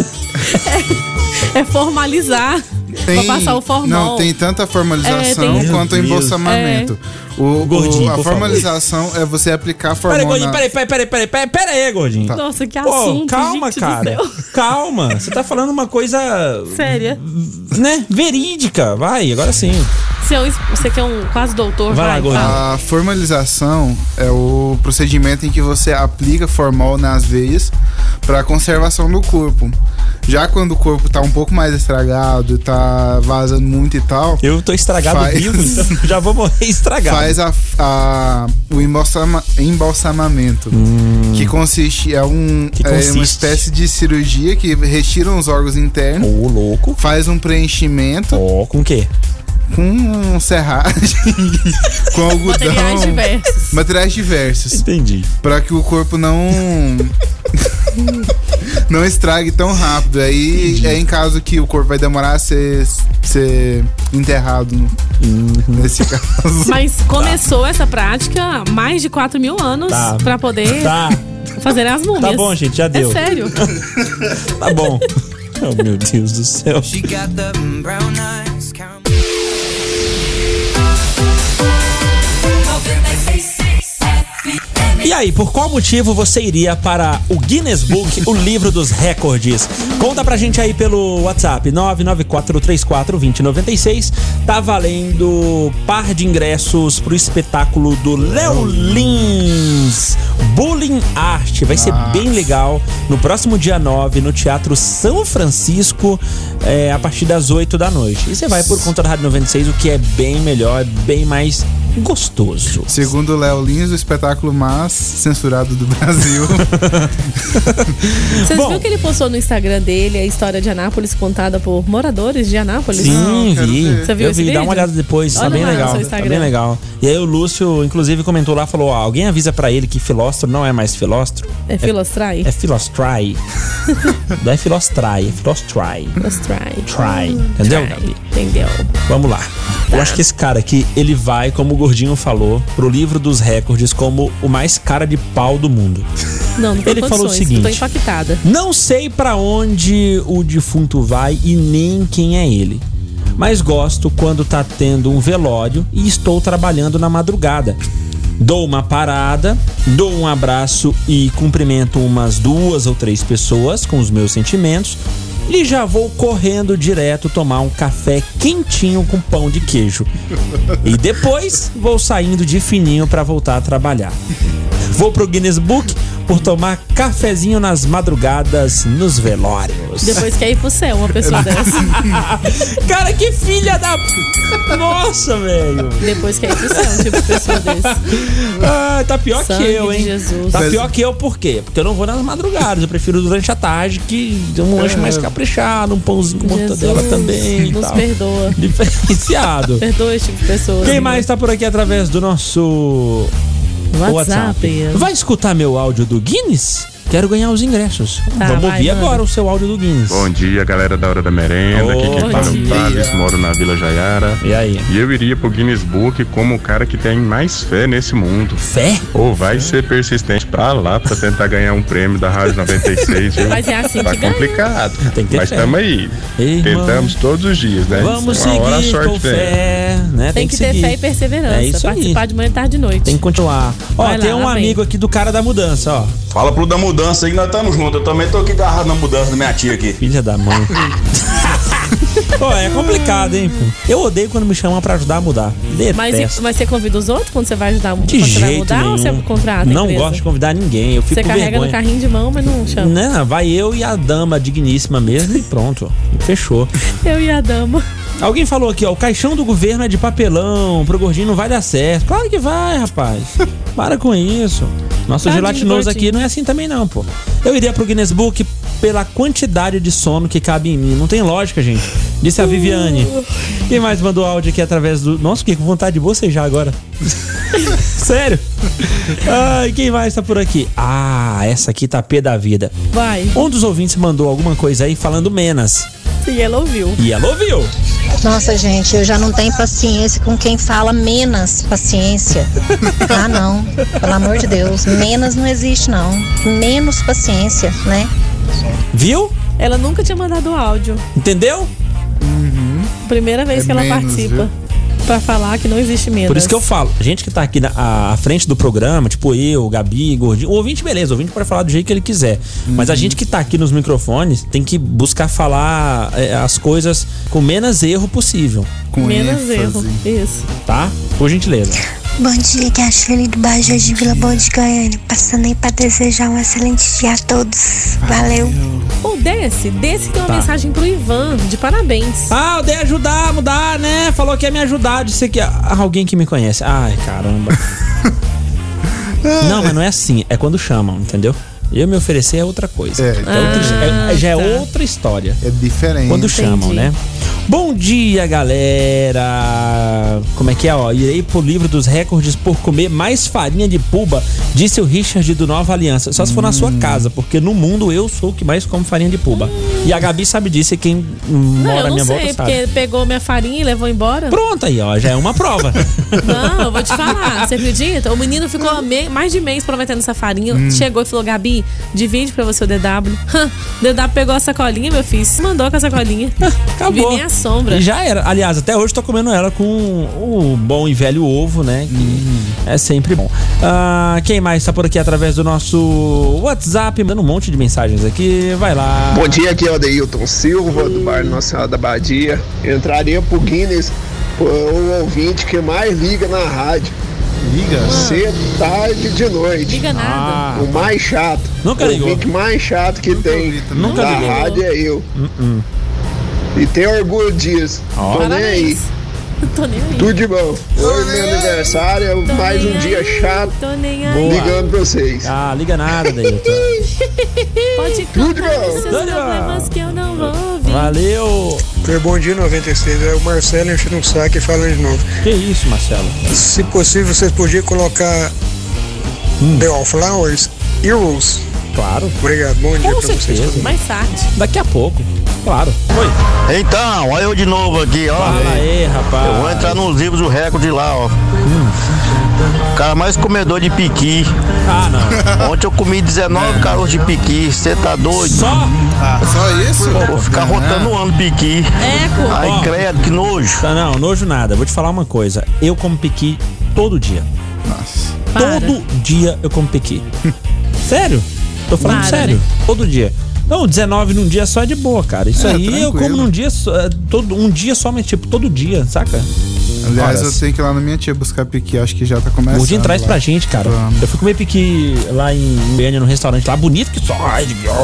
É formalizar. Pra passar o formol. Não, tem tanta formalização quanto o embalsamamento. A formalização é você aplicar formol. Pera aí, gordinho. Tá. Nossa, que assunto. Calma, gente cara. Calma. Você tá falando uma coisa. Séria. Né? Verídica. Vai, agora sim. Você que é um quase doutor, vai lá, a formalização é o procedimento em que você aplica formol nas veias para conservação do corpo. Já quando o corpo tá um pouco mais estragado, tá vazando muito e tal... Eu tô estragado vivo, então já vou morrer estragado. Faz o embalsamamento, que consiste... uma espécie de cirurgia que retira os órgãos internos. Ô, louco. Faz um preenchimento. Com o quê? Com serragem, com algodão. Materiais diversos. Entendi. Pra que o corpo não estrague tão rápido. Aí é em caso que o corpo vai demorar a ser enterrado nesse caso. Mas começou essa prática há mais de 4 mil anos pra poder fazer as múmias. Tá bom, gente, já deu. É sério. Tá bom. Oh, meu Deus do céu. E aí, por qual motivo você iria para o Guinness Book, o livro dos recordes? Conta pra gente aí pelo WhatsApp, 994342096. Tá valendo par de ingressos pro espetáculo do Léo Lins, Bullying Art. Vai ser bem legal no próximo dia 9, no Teatro São Francisco, a partir das 8 da noite. E você vai por conta da Rádio 96, o que é bem melhor, é bem mais gostoso. Segundo o Léo Lins, o espetáculo mais censurado do Brasil. Vocês viram que ele postou no Instagram dele a história de Anápolis contada por moradores de Anápolis? Sim, vi. Você viu esse vídeo? Dá uma olhada depois, tá bem legal. Tá bem legal. E aí o Lúcio, inclusive, comentou lá, falou, alguém avisa pra ele que filóstro não é mais filóstro? É filostrai? É filostrai. Não é filostrai, é filostrai. Filostrai. Entendeu, Gabi? Entendeu. Vamos lá. Eu acho que esse cara aqui, ele vai, como o Gordinho falou, pro livro dos recordes como o mais cara de pau do mundo. Não ele falou o seguinte: tô impactada. Não sei pra onde o defunto vai e nem quem é ele, mas gosto quando tá tendo um velório e estou trabalhando na madrugada. Dou uma parada, dou um abraço e cumprimento umas 2 ou 3 pessoas com os meus sentimentos e já vou correndo direto tomar um café quentinho com pão de queijo. E depois vou saindo de fininho pra voltar a trabalhar. Vou pro Guinness Book por tomar cafezinho nas madrugadas nos velórios. Depois quer ir pro céu uma pessoa dessa. Cara, que filha da... Nossa, velho. Depois quer ir pro céu um tipo de pessoa dessa. Ah, tá pior Sangue que eu, hein? Jesus. Tá pior que eu por quê? Porque eu não vou nas madrugadas. Eu prefiro durante a tarde, que um lanche mais caprichado, um pãozinho com mortadela também. Nos perdoa. Diferenciado. Perdoa esse tipo de pessoa. Quem mais tá por aqui através do nosso WhatsApp? Vai escutar meu áudio do Guinness? Quero ganhar os ingressos. Vamos ouvir agora o seu áudio do Guinness. Bom dia, galera da Hora da Merenda. Aqui quem fala é o Thales, moro na Vila Jaiara. E aí? E eu iria pro Guinness Book como o cara que tem mais fé nesse mundo. Fé? Ou vai ser persistente pra lá pra tentar ganhar um prêmio da Rádio 96, viu? Mas é assim tá que ganha. Complicado. Tem que ter mas fé. estamos aí. Ei, tentamos todos os dias, né? Vamos uma seguir hora a sorte com fé, né? Tem que ter fé e perseverança. É isso participar aí. de manhã, tarde e noite. Tem que continuar. Ó, Vai tem lá, um lá amigo aqui do cara da mudança, ó. Fala pro da mudança aí que nós estamos juntos. Eu também tô aqui agarrado na mudança da minha tia aqui. Filha da mãe. Pô, é complicado, hein? Eu odeio quando me chamam pra ajudar a mudar. Detesto. Mas você convida os outros quando você vai ajudar De quando jeito você vai mudar nenhum. ou você contrata? Não empresa? gosto de convidar ninguém. Eu fico Você com carrega vergonha. no carrinho de mão, mas não chama. Não, vai eu e a dama digníssima mesmo e pronto. Fechou. Eu e a dama. Alguém falou aqui, ó, o caixão do governo é de papelão, pro gordinho não vai dar certo. Claro que vai, rapaz. Para com isso. Nosso Tadinho gelatinoso do aqui gordinho. não é assim também não, pô. Eu iria pro Guinness Book pela quantidade de sono que cabe em mim. Não tem lógica, gente. Disse a Viviane. Quem mais mandou áudio aqui através do... Nossa, fiquei com vontade de bocejar agora. Sério? Ai, quem mais tá por aqui? Ah, essa aqui tá pé da vida. Vai. Um dos ouvintes mandou alguma coisa aí falando menos. E ela ouviu. E ela ouviu. Nossa, gente, eu já não tenho paciência com quem fala menos paciência. Ah, não. Pelo amor de Deus. Menos não existe, não. Menos paciência, né? Viu? Ela nunca tinha mandado áudio. Entendeu? Primeira vez que ela participa. Viu? Pra falar que não existe menos. Por isso que eu falo, gente que tá aqui à frente do programa, tipo eu, Gabi, Gordinho, o ouvinte, beleza, o ouvinte pode falar do jeito que ele quiser. Mas a gente que tá aqui nos microfones tem que buscar falar as coisas com menos erro possível. Com menos erro, isso. Tá? Por gentileza. Bom dia, que é a Shirley do bairro de Vila Boa de Goiânia. Passando aí pra desejar um excelente dia a todos. Valeu. Ou desse tem uma mensagem pro Ivan, de parabéns. Ah, eu dei ajudar a mudar, né? Falou que ia me ajudar, disse que alguém que me conhece. Ai, caramba. Não, mas não é assim, é quando chamam, entendeu? Eu me oferecer é outra coisa. Já é outra história. É diferente. Quando chamam, né? Bom dia, galera! Como é que é, ó? Irei pro livro dos recordes por comer mais farinha de puba, disse o Richard do Nova Aliança. Só se for na sua casa, porque no mundo eu sou o que mais come farinha de puba. E a Gabi sabe disso, e quem mora na minha volta sabe. Porque pegou minha farinha e levou embora. Pronto aí, ó, já é uma prova. Não, eu vou te falar, você acredita? O menino ficou mais de mês prometendo essa farinha, chegou e falou, Gabi, divide pra você o DW. O DW pegou a sacolinha, meu filho, mandou com a sacolinha. Acabou. Vi nem a sombra. E já era. Aliás, até hoje tô comendo ela com o bom e velho ovo, né? Que é sempre bom. Quem mais tá por aqui através do nosso WhatsApp? Mandando um monte de mensagens aqui. Vai lá. Bom dia, aqui é o Adeilton Silva, do bairro Nossa Senhora da Badia. Entraria pro Guinness, o ouvinte que mais liga na rádio. Liga? Cedo, tarde, de noite. Liga nada. O mais chato. Nunca ligou. O ouvinte mais chato que tem Nunca da ligou. rádio é eu. E tenho orgulho disso. Tô nem aí. Tô nem aí. Tudo de bom. Hoje meu aniversário é mais um dia chato. Tô nem aí. Boa. Ligando pra vocês. Ah, liga nada, Dailton. Pode contar os seus problemas que eu não vou ouvir. Valeu. Bom dia 96, é o Marcelo enchendo um saco e falando de novo. Que isso, Marcelo? Se possível, vocês podiam colocar The Wallflowers Heroes. Claro. Obrigado, bom dia Com pra certeza. vocês. Mais tarde. Daqui a pouco. Claro. Oi. Então, olha eu de novo aqui, ó. Fala aí, rapaz. Eu vou entrar nos livros do recorde lá, ó. O cara mais comedor de piqui. Ah, não. Ontem eu comi 19 caroços de piqui. Você tá doido? Só? Só isso? Vou ficar rotando um ano piqui. Ai, Ó. credo, que nojo. Não, nojo nada. Vou te falar uma coisa. Eu como piqui todo dia. Nossa. Todo dia eu como piqui. Sério? Tô falando sério. Né? Todo dia. Não, 19 num dia só é de boa, cara. Isso aí tranquilo. eu como num dia só, um dia só, mas tipo, todo dia, saca? Aliás, eu tenho que ir lá na minha tia buscar piqui, acho que já tá começando. Gordinho traz pra gente, cara. Eu fui comer piqui lá em Goiânia, no restaurante lá, bonito que só. Ai,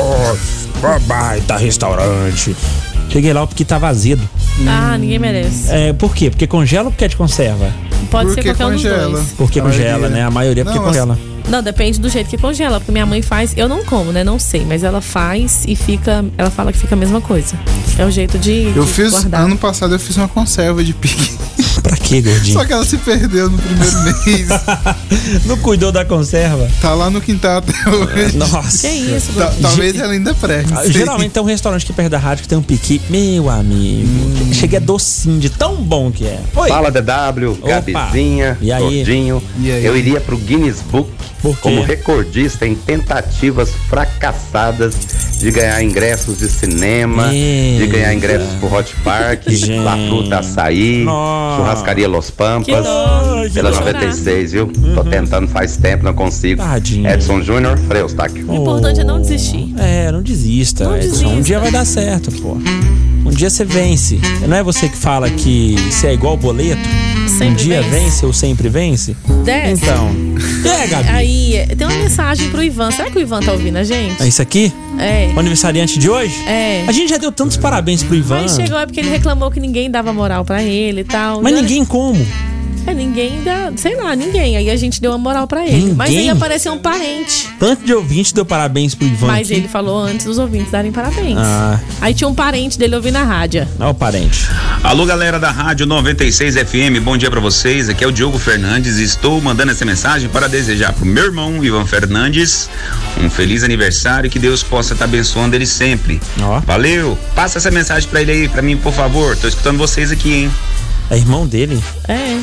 baita restaurante. Cheguei lá, o piqui tava azedo. Ninguém merece. Por quê? Porque congela ou porque é de conserva? Pode ser qualquer um dos dois. Porque congela, né? A maioria é porque congela. Não, depende do jeito que congela, porque minha mãe faz, eu não como, né? Não sei, mas ela faz e fica, ela fala que fica a mesma coisa. É o jeito de guardar. Ano passado eu fiz uma conserva de piqui. Pra quê, gordinho? Só que ela se perdeu no primeiro mês. Não cuidou da conserva? Tá lá no quintal até hoje. Nossa. Que isso, gordinho? Talvez ela ainda preste. Geralmente tem um restaurante aqui perto da rádio que tem um piqui. Meu amigo. Chega docinho, de tão bom que é. Oi. Fala, DW, Gabizinha, e aí? Gordinho. E aí? Eu iria pro Guinness Book como recordista em tentativas fracassadas de ganhar ingressos de cinema, de ganhar ingressos pro Hot Park, La Fruta Açaí, Churrascaria Los Pampas, pela 96, viu? Tô tentando faz tempo, não consigo. Tadinho. Edson Júnior, Freustac. O importante é não desistir. Não desista, Edson. Desista. Um dia vai dar certo, pô. Um dia você vence. Não é você que fala que você é igual boleto? Sempre um dia vence ou sempre vence? Desce. Então. Gabi. Aí, tem uma mensagem pro Ivan. Será que o Ivan tá ouvindo a gente? É isso aqui? É. O aniversariante de hoje? É. A gente já deu tantos parabéns pro Ivan. Mas chegou porque ele reclamou que ninguém dava moral pra ele e tal. Mas ninguém como? Ninguém dá, sei lá, ninguém. Aí a gente deu uma moral pra ele. Ninguém? Mas aí apareceu um parente. Tanto de ouvinte deu parabéns pro Ivan. Mas aqui. ele falou antes dos ouvintes darem parabéns. Ah. Aí tinha um parente dele ouvindo a rádio. Não, o parente. Alô, galera da Rádio 96 FM, bom dia pra vocês. Aqui é o Diogo Fernandes e estou mandando essa mensagem para desejar pro meu irmão Ivan Fernandes um feliz aniversário e que Deus possa estar abençoando ele sempre. Valeu! Passa essa mensagem pra ele aí, pra mim, por favor. Tô escutando vocês aqui, hein? É irmão dele? É.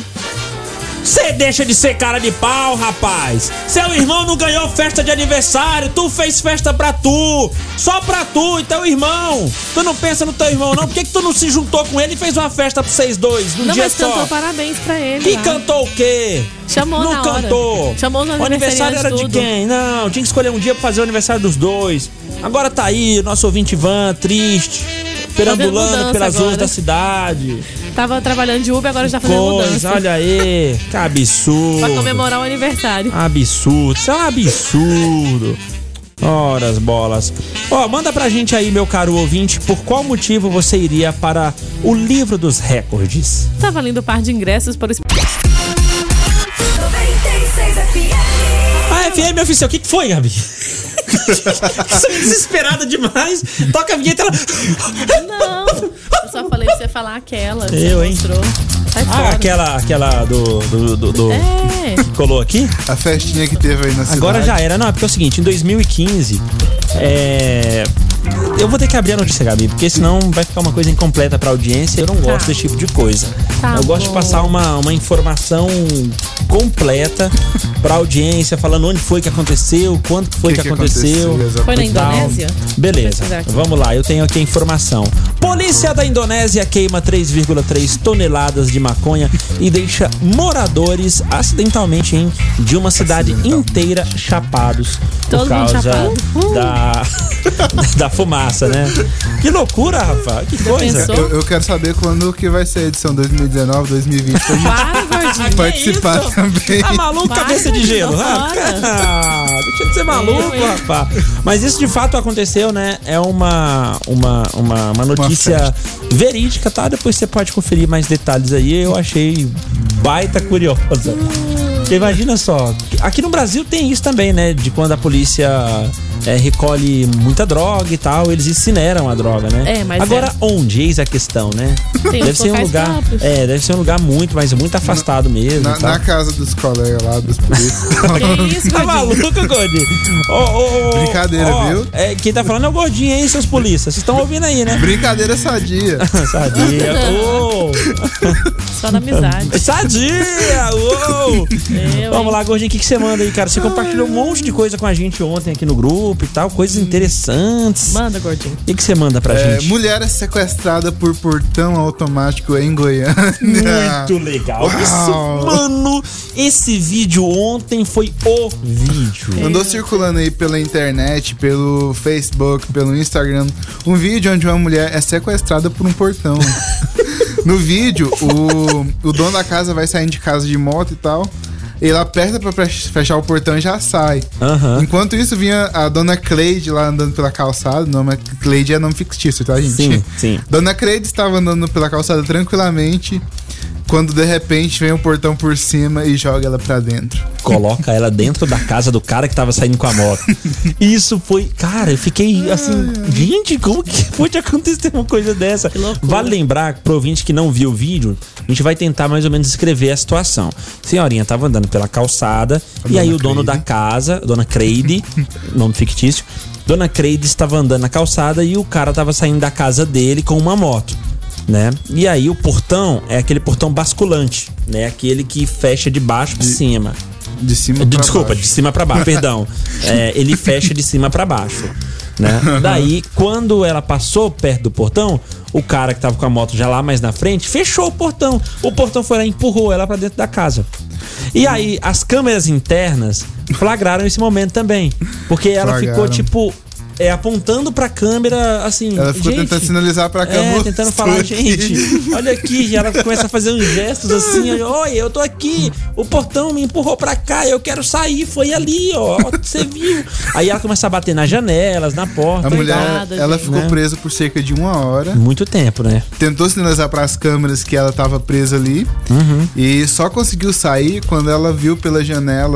Você deixa de ser cara de pau, rapaz. Seu irmão não ganhou festa de aniversário. Tu fez festa pra tu. Só pra tu e teu irmão. Tu não pensa no teu irmão, não? Por que tu não se juntou com ele e fez uma festa pra vocês dois num dia só? Não, mas cantou parabéns pra ele. E cantou o quê? Chamou não na hora. Cantou. Chamou no o aniversário era tudo. de quem? Não, tinha que escolher um dia pra fazer o aniversário dos dois. Agora tá aí, o nosso ouvinte Ivan, triste, perambulando pelas ruas da cidade. Tava trabalhando de Uber, agora já tá fazendo mudança. Olha aí, que absurdo. Pra comemorar o aniversário. Absurdo, isso é um absurdo. Ora as bolas. Manda pra gente aí, meu caro ouvinte, por qual motivo você iria para o livro dos recordes? Tá valendo o par de ingressos para o... A FM oficial, o que foi, Gabi? Você é desesperada demais. Toca a vinheta. Não, eu só falei pra você falar aquela. Eu, hein? Mostrou. Aquela do que colou aqui? A festinha que teve aí na cidade. Agora já era. Não, é porque é o seguinte, em 2015 eu vou ter que abrir a notícia, Gabi, porque senão vai ficar uma coisa incompleta pra audiência. Eu não gosto desse tipo de coisa. Eu gosto de passar uma informação completa pra audiência, falando onde foi que aconteceu, quando foi que aconteceu. Foi na Indonésia? Beleza, vamos lá, eu tenho aqui a informação. Polícia da Indonésia queima 3,3 toneladas de maconha e deixa moradores acidentalmente de uma cidade inteira chapados por causa da fumaça, né? Que loucura, Rafa, que coisa. Eu quero saber quando que vai ser a edição 2019, 2020 pra gente participar também. Tá maluco, cabeça de gelo? Deixa de ser maluco, rapaz. Mas isso de fato aconteceu, né? É uma notícia verídica, tá? Depois você pode conferir mais detalhes aí. Eu achei baita curiosa. Porque imagina só, aqui no Brasil tem isso também, né? De quando a polícia recolhe muita droga e tal, eles incineram a droga, né? Agora onde? Eis a questão, né? Deve ser um lugar. Deve ser um lugar muito afastado mesmo. Na casa dos colegas lá, dos polícias. Que isso, tá maluco, Gordinho? Brincadeira, viu? Quem tá falando é o Gordinho, hein, seus polícias? Vocês estão ouvindo aí, né? Brincadeira sadia. Sadia. Só na amizade. Sadia! Vamos lá, Gordinho, o que você manda aí, cara? Você compartilhou um monte de coisa com a gente ontem aqui no grupo. grupo e tal, coisas interessantes. Manda, gordinho. O que você manda pra gente? Mulher é sequestrada por portão automático em Goiânia. Muito legal. Isso, mano, esse vídeo ontem foi o vídeo. Andou circulando aí pela internet, pelo Facebook, pelo Instagram, um vídeo onde uma mulher é sequestrada por um portão. No vídeo, o dono da casa vai saindo de casa de moto e tal. Ele aperta pra fechar o portão e já sai. Enquanto isso, vinha a dona Cleide lá andando pela calçada. O nome Cleide é nome fictício, tá, gente? Sim. Dona Cleide estava andando pela calçada tranquilamente, quando de repente vem o portão por cima e joga ela pra dentro. Coloca ela dentro da casa do cara que tava saindo com a moto. Isso foi... Cara, eu fiquei assim... Gente, como que pode acontecer uma coisa dessa? Vale lembrar, pro ouvinte que não viu o vídeo, a gente vai tentar mais ou menos descrever a situação. A senhorinha tava andando pela calçada e aí o dono da casa, Dona Creide, nome fictício, Dona Creide estava andando na calçada e o cara tava saindo da casa dele com uma moto, né? E aí o portão é aquele portão basculante, né? Aquele que fecha de baixo pra cima. De cima pra baixo. De cima pra baixo, perdão. Ele fecha de cima pra baixo, né? Daí, quando ela passou perto do portão, o cara que tava com a moto já lá mais na frente fechou o portão. O portão foi lá e empurrou ela pra dentro da casa. E aí, as câmeras internas flagraram esse momento também. Porque ela ficou tipo... apontando pra câmera, assim... Ela ficou tentando sinalizar pra câmera. Tentando falar, gente, olha aqui. E ela começa a fazer uns gestos assim, oi, eu tô aqui, o portão me empurrou pra cá, eu quero sair, foi ali, ó, você viu. Aí ela começa a bater nas janelas, na porta. A mulher, ela ficou presa por cerca de 1 hora. Muito tempo, né? Tentou sinalizar pras câmeras que ela tava presa ali. E só conseguiu sair quando ela viu pela janela,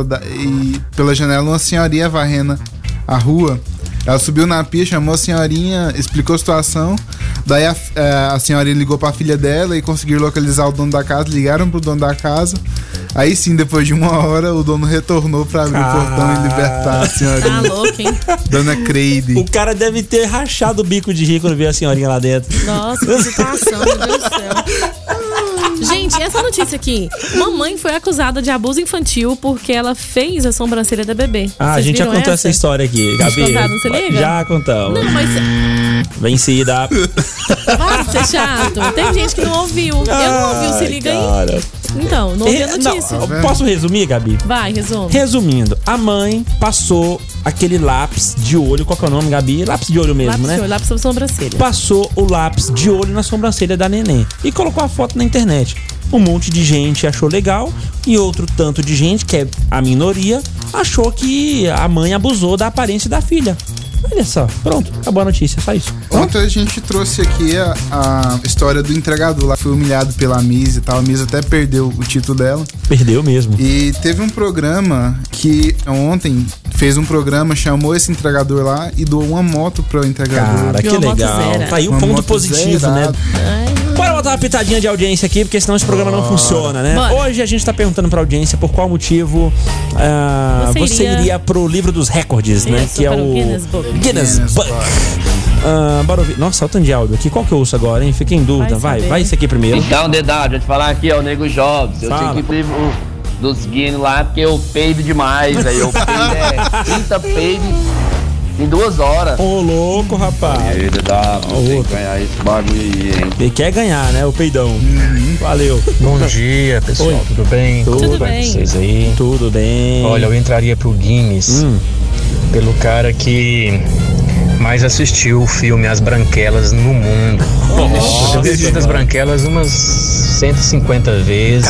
uma senhorinha varrendo a rua. Ela subiu na pia, chamou a senhorinha, explicou a situação. Daí a senhorinha ligou pra filha dela e conseguiu localizar o dono da casa. Ligaram pro dono da casa. Aí sim, depois de 1 hora, o dono retornou pra abrir o portão e libertar a senhorinha. Tá louco, hein? Dona Creide. O cara deve ter rachado o bico de rir quando viu a senhorinha lá dentro. Nossa, que situação, meu Deus do céu. Gente, essa notícia aqui. Mamãe foi acusada de abuso infantil porque ela fez a sobrancelha da bebê. A gente já contou essa história aqui, Gabi. Contado, você liga? Já contamos. Não, mas... Vencida. Para de ser chato. Tem gente que não ouviu. Eu não ouvi, se liga aí. Então, não ouvi a notícia. Posso resumir, Gabi? Vai, resume. Resumindo, a mãe passou aquele lápis de olho. Qual que é o nome, Gabi? Lápis de olho mesmo, lápis né? De olho, lápis sobre sobrancelha. Passou o lápis de olho na sobrancelha da neném e colocou a foto na internet. Um monte de gente achou legal e outro tanto de gente, que é a minoria, achou que a mãe abusou da aparência da filha. Olha só, pronto, acabou a notícia, só isso. Ontem a gente trouxe aqui a história do entregador lá, foi humilhado pela Miss e tal. A Miss até perdeu o título dela. Perdeu mesmo. E teve um programa que ontem fez um programa, chamou esse entregador lá e doou uma moto pro entregador. Cara, que legal. Tá aí um ponto positivo, né? Bora botar uma pitadinha de audiência aqui, porque senão esse programa não funciona, né? Bora. Hoje a gente tá perguntando pra audiência por qual motivo você iria pro livro dos recordes, né? Isso, que é o Guinness Book. Bora ouvir. Nossa, olha o tanto de áudio aqui. Qual que eu ouço agora, hein? Fiquei em dúvida. Vai esse aqui primeiro. Então, Dedado, deixa eu te falar aqui, ó, o Nego Jobs. Eu tinha que ir pro livro dos Guinness lá, porque eu peido demais. Aí eu peido 30 peidos em 2 horas. Ô, louco, rapaz. E aí, Dedado, tem que ganhar esse bagulho aí, hein? Ele quer ganhar, né? O peidão. Valeu. Bom dia, pessoal. Oi. Tudo bem? Tudo bem. Vocês aí? Tudo bem. Olha, eu entraria pro Guinness pelo cara que mais assistiu o filme As Branquelas no mundo. Eu devo assistir As Branquelas umas 150 vezes.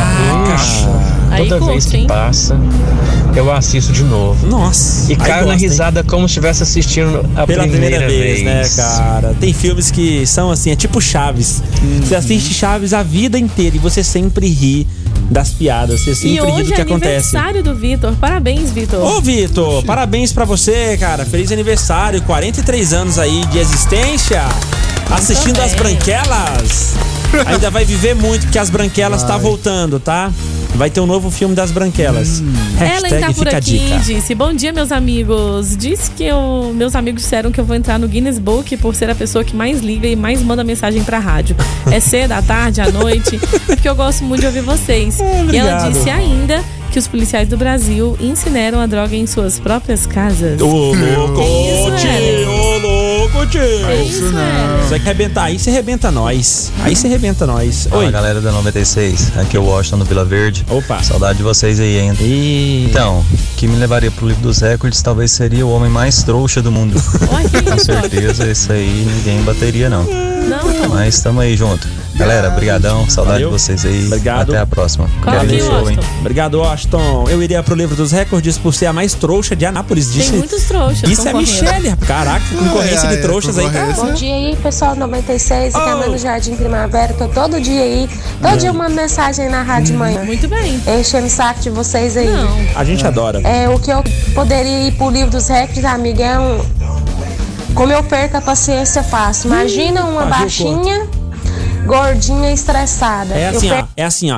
Toda vez que passa, eu assisto de novo. Nossa. E caio na risada como se estivesse assistindo pela primeira vez, né, cara? Tem filmes que são assim, é tipo Chaves. Você assiste Chaves a vida inteira e você sempre ri das piadas, você sempre ri do que acontece. E hoje é aniversário do Vitor. Parabéns, Vitor. Ô, Vitor, parabéns pra você, cara. Feliz aniversário, 43 anos aí de existência. Assistindo As Branquelas. Ainda vai viver muito, porque As Branquelas tá voltando, tá? Vai ter um novo filme das Branquelas. Ellen tá por aqui e disse: bom dia, meus amigos. Disse que meus amigos disseram que eu vou entrar no Guinness Book por ser a pessoa que mais liga e mais manda mensagem pra rádio. É cedo, à tarde, à noite, porque eu gosto muito de ouvir vocês. E ela disse ainda que os policiais do Brasil incineram a droga em suas próprias casas. Ô, louco, tio! Ô, louco, tio! É isso, velho. Você quer arrebentar? Aí você arrebenta nós. Aí você arrebenta nós. Fala, Oi, galera da 96. Aqui é o Washington do Vila Verde. Opa. Saudade de vocês aí ainda. Então, o que me levaria pro livro dos recordes talvez seria o homem mais trouxa do mundo. Com certeza, isso aí ninguém bateria, não. Mas tamo aí junto. Galera, brigadão, saudade de vocês aí. Obrigado. Até a próxima. Show, hein? Obrigado, Washington. Eu iria pro livro dos recordes por ser a mais trouxa de Anápolis. Tem muitos trouxas. Isso é a Michele. Caraca, concorrência de trouxas aí. Bom dia aí, pessoal 96, aqui é a Mano Jardim Primavera. Tô todo dia aí. Todo dia uma mensagem aí na rádio de manhã. Muito bem. Enchendo o saco de vocês aí. Não. A gente adora. O que eu poderia ir pro livro dos recordes, amiga, é como eu perco a paciência fácil. Imagina uma baixinha, gordinha e estressada. É assim, ó. É assim, ó.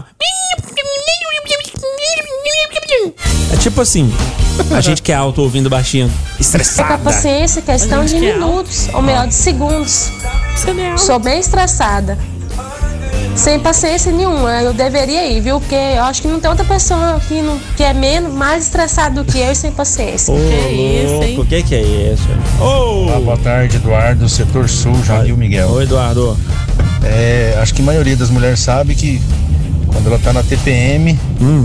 É tipo assim. A gente que é alto ouvindo baixinho, estressada. Perco a paciência, questão de minutos, ou melhor, de segundos. Sou bem estressada. Sem paciência nenhuma, eu deveria ir, viu? Porque eu acho que não tem outra pessoa que é mais estressada do que eu e sem paciência. Que isso, hein? O que é isso? Boa tarde, Eduardo, Setor Sul, Jamil Miguel. Oi, Eduardo. Acho que a maioria das mulheres sabe que quando ela tá na TPM,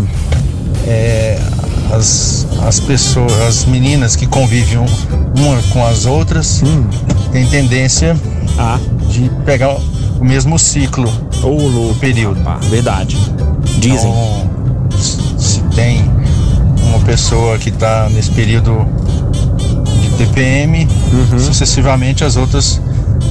as pessoas, as meninas que convivem uma com as outras, têm tendência de pegar o mesmo ciclo do período. Verdade. Dizem. Então, se tem uma pessoa que está nesse período de TPM, sucessivamente as outras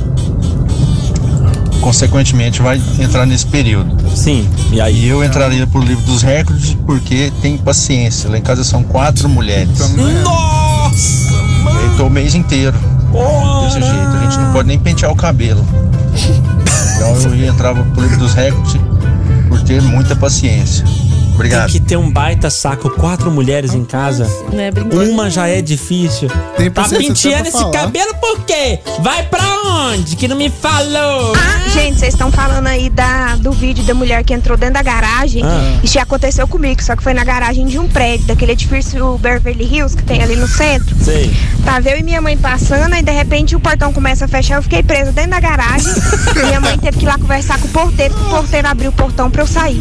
consequentemente vai entrar nesse período. Sim. E aí? E eu entraria pro livro dos recordes porque tem paciência. Lá em casa são 4 mulheres. Nossa! Eu tô o mês inteiro desse jeito. A gente não pode nem pentear o cabelo. Então eu ia entrar pro livro dos recordes por ter muita paciência. Obrigado. Tem que ter um baita saco, 4 mulheres em casa. Não é uma já é difícil. Tá penteando esse cabelo por quê? Vai pra onde? Que não me falou. Gente, vocês estão falando aí do vídeo da mulher que entrou dentro da garagem. Isso já aconteceu comigo, só que foi na garagem de um prédio, daquele edifício Beverly Hills que tem ali no centro. Sei. Tava eu e minha mãe passando, e de repente o portão começa a fechar, eu fiquei presa dentro da garagem. Minha mãe teve que ir lá conversar com o porteiro, que o porteiro abriu o portão pra eu sair.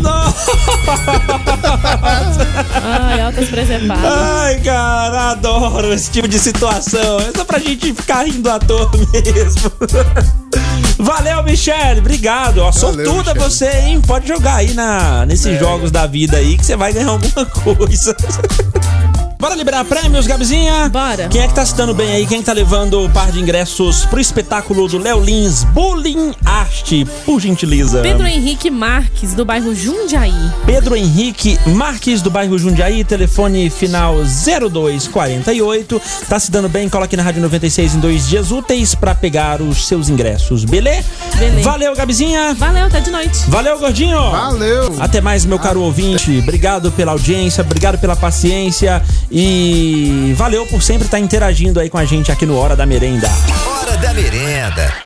Ai, altas preservadas. Ai, cara, adoro esse tipo de situação. É só pra gente ficar rindo à toa mesmo. Valeu, Michele, obrigado. Ó, sortuda você, hein? Pode jogar aí nesses jogos da vida aí que você vai ganhar alguma coisa. Bora liberar prêmios, Gabizinha? Bora. Quem é que tá se dando bem aí? Quem tá levando o par de ingressos pro espetáculo do Léo Lins, Bullying Arte, por gentileza? Pedro Henrique Marques, do bairro Jundiaí. Pedro Henrique Marques, do bairro Jundiaí, telefone final 0248. Tá se dando bem? Cola aqui na Rádio 96 em 2 dias úteis pra pegar os seus ingressos, beleza? Valeu, Gabizinha. Valeu, até de noite. Valeu, Gordinho. Valeu. Até mais, meu caro ouvinte. Obrigado pela audiência, obrigado pela paciência e valeu por sempre estar interagindo aí com a gente aqui no Hora da Merenda. Hora da Merenda.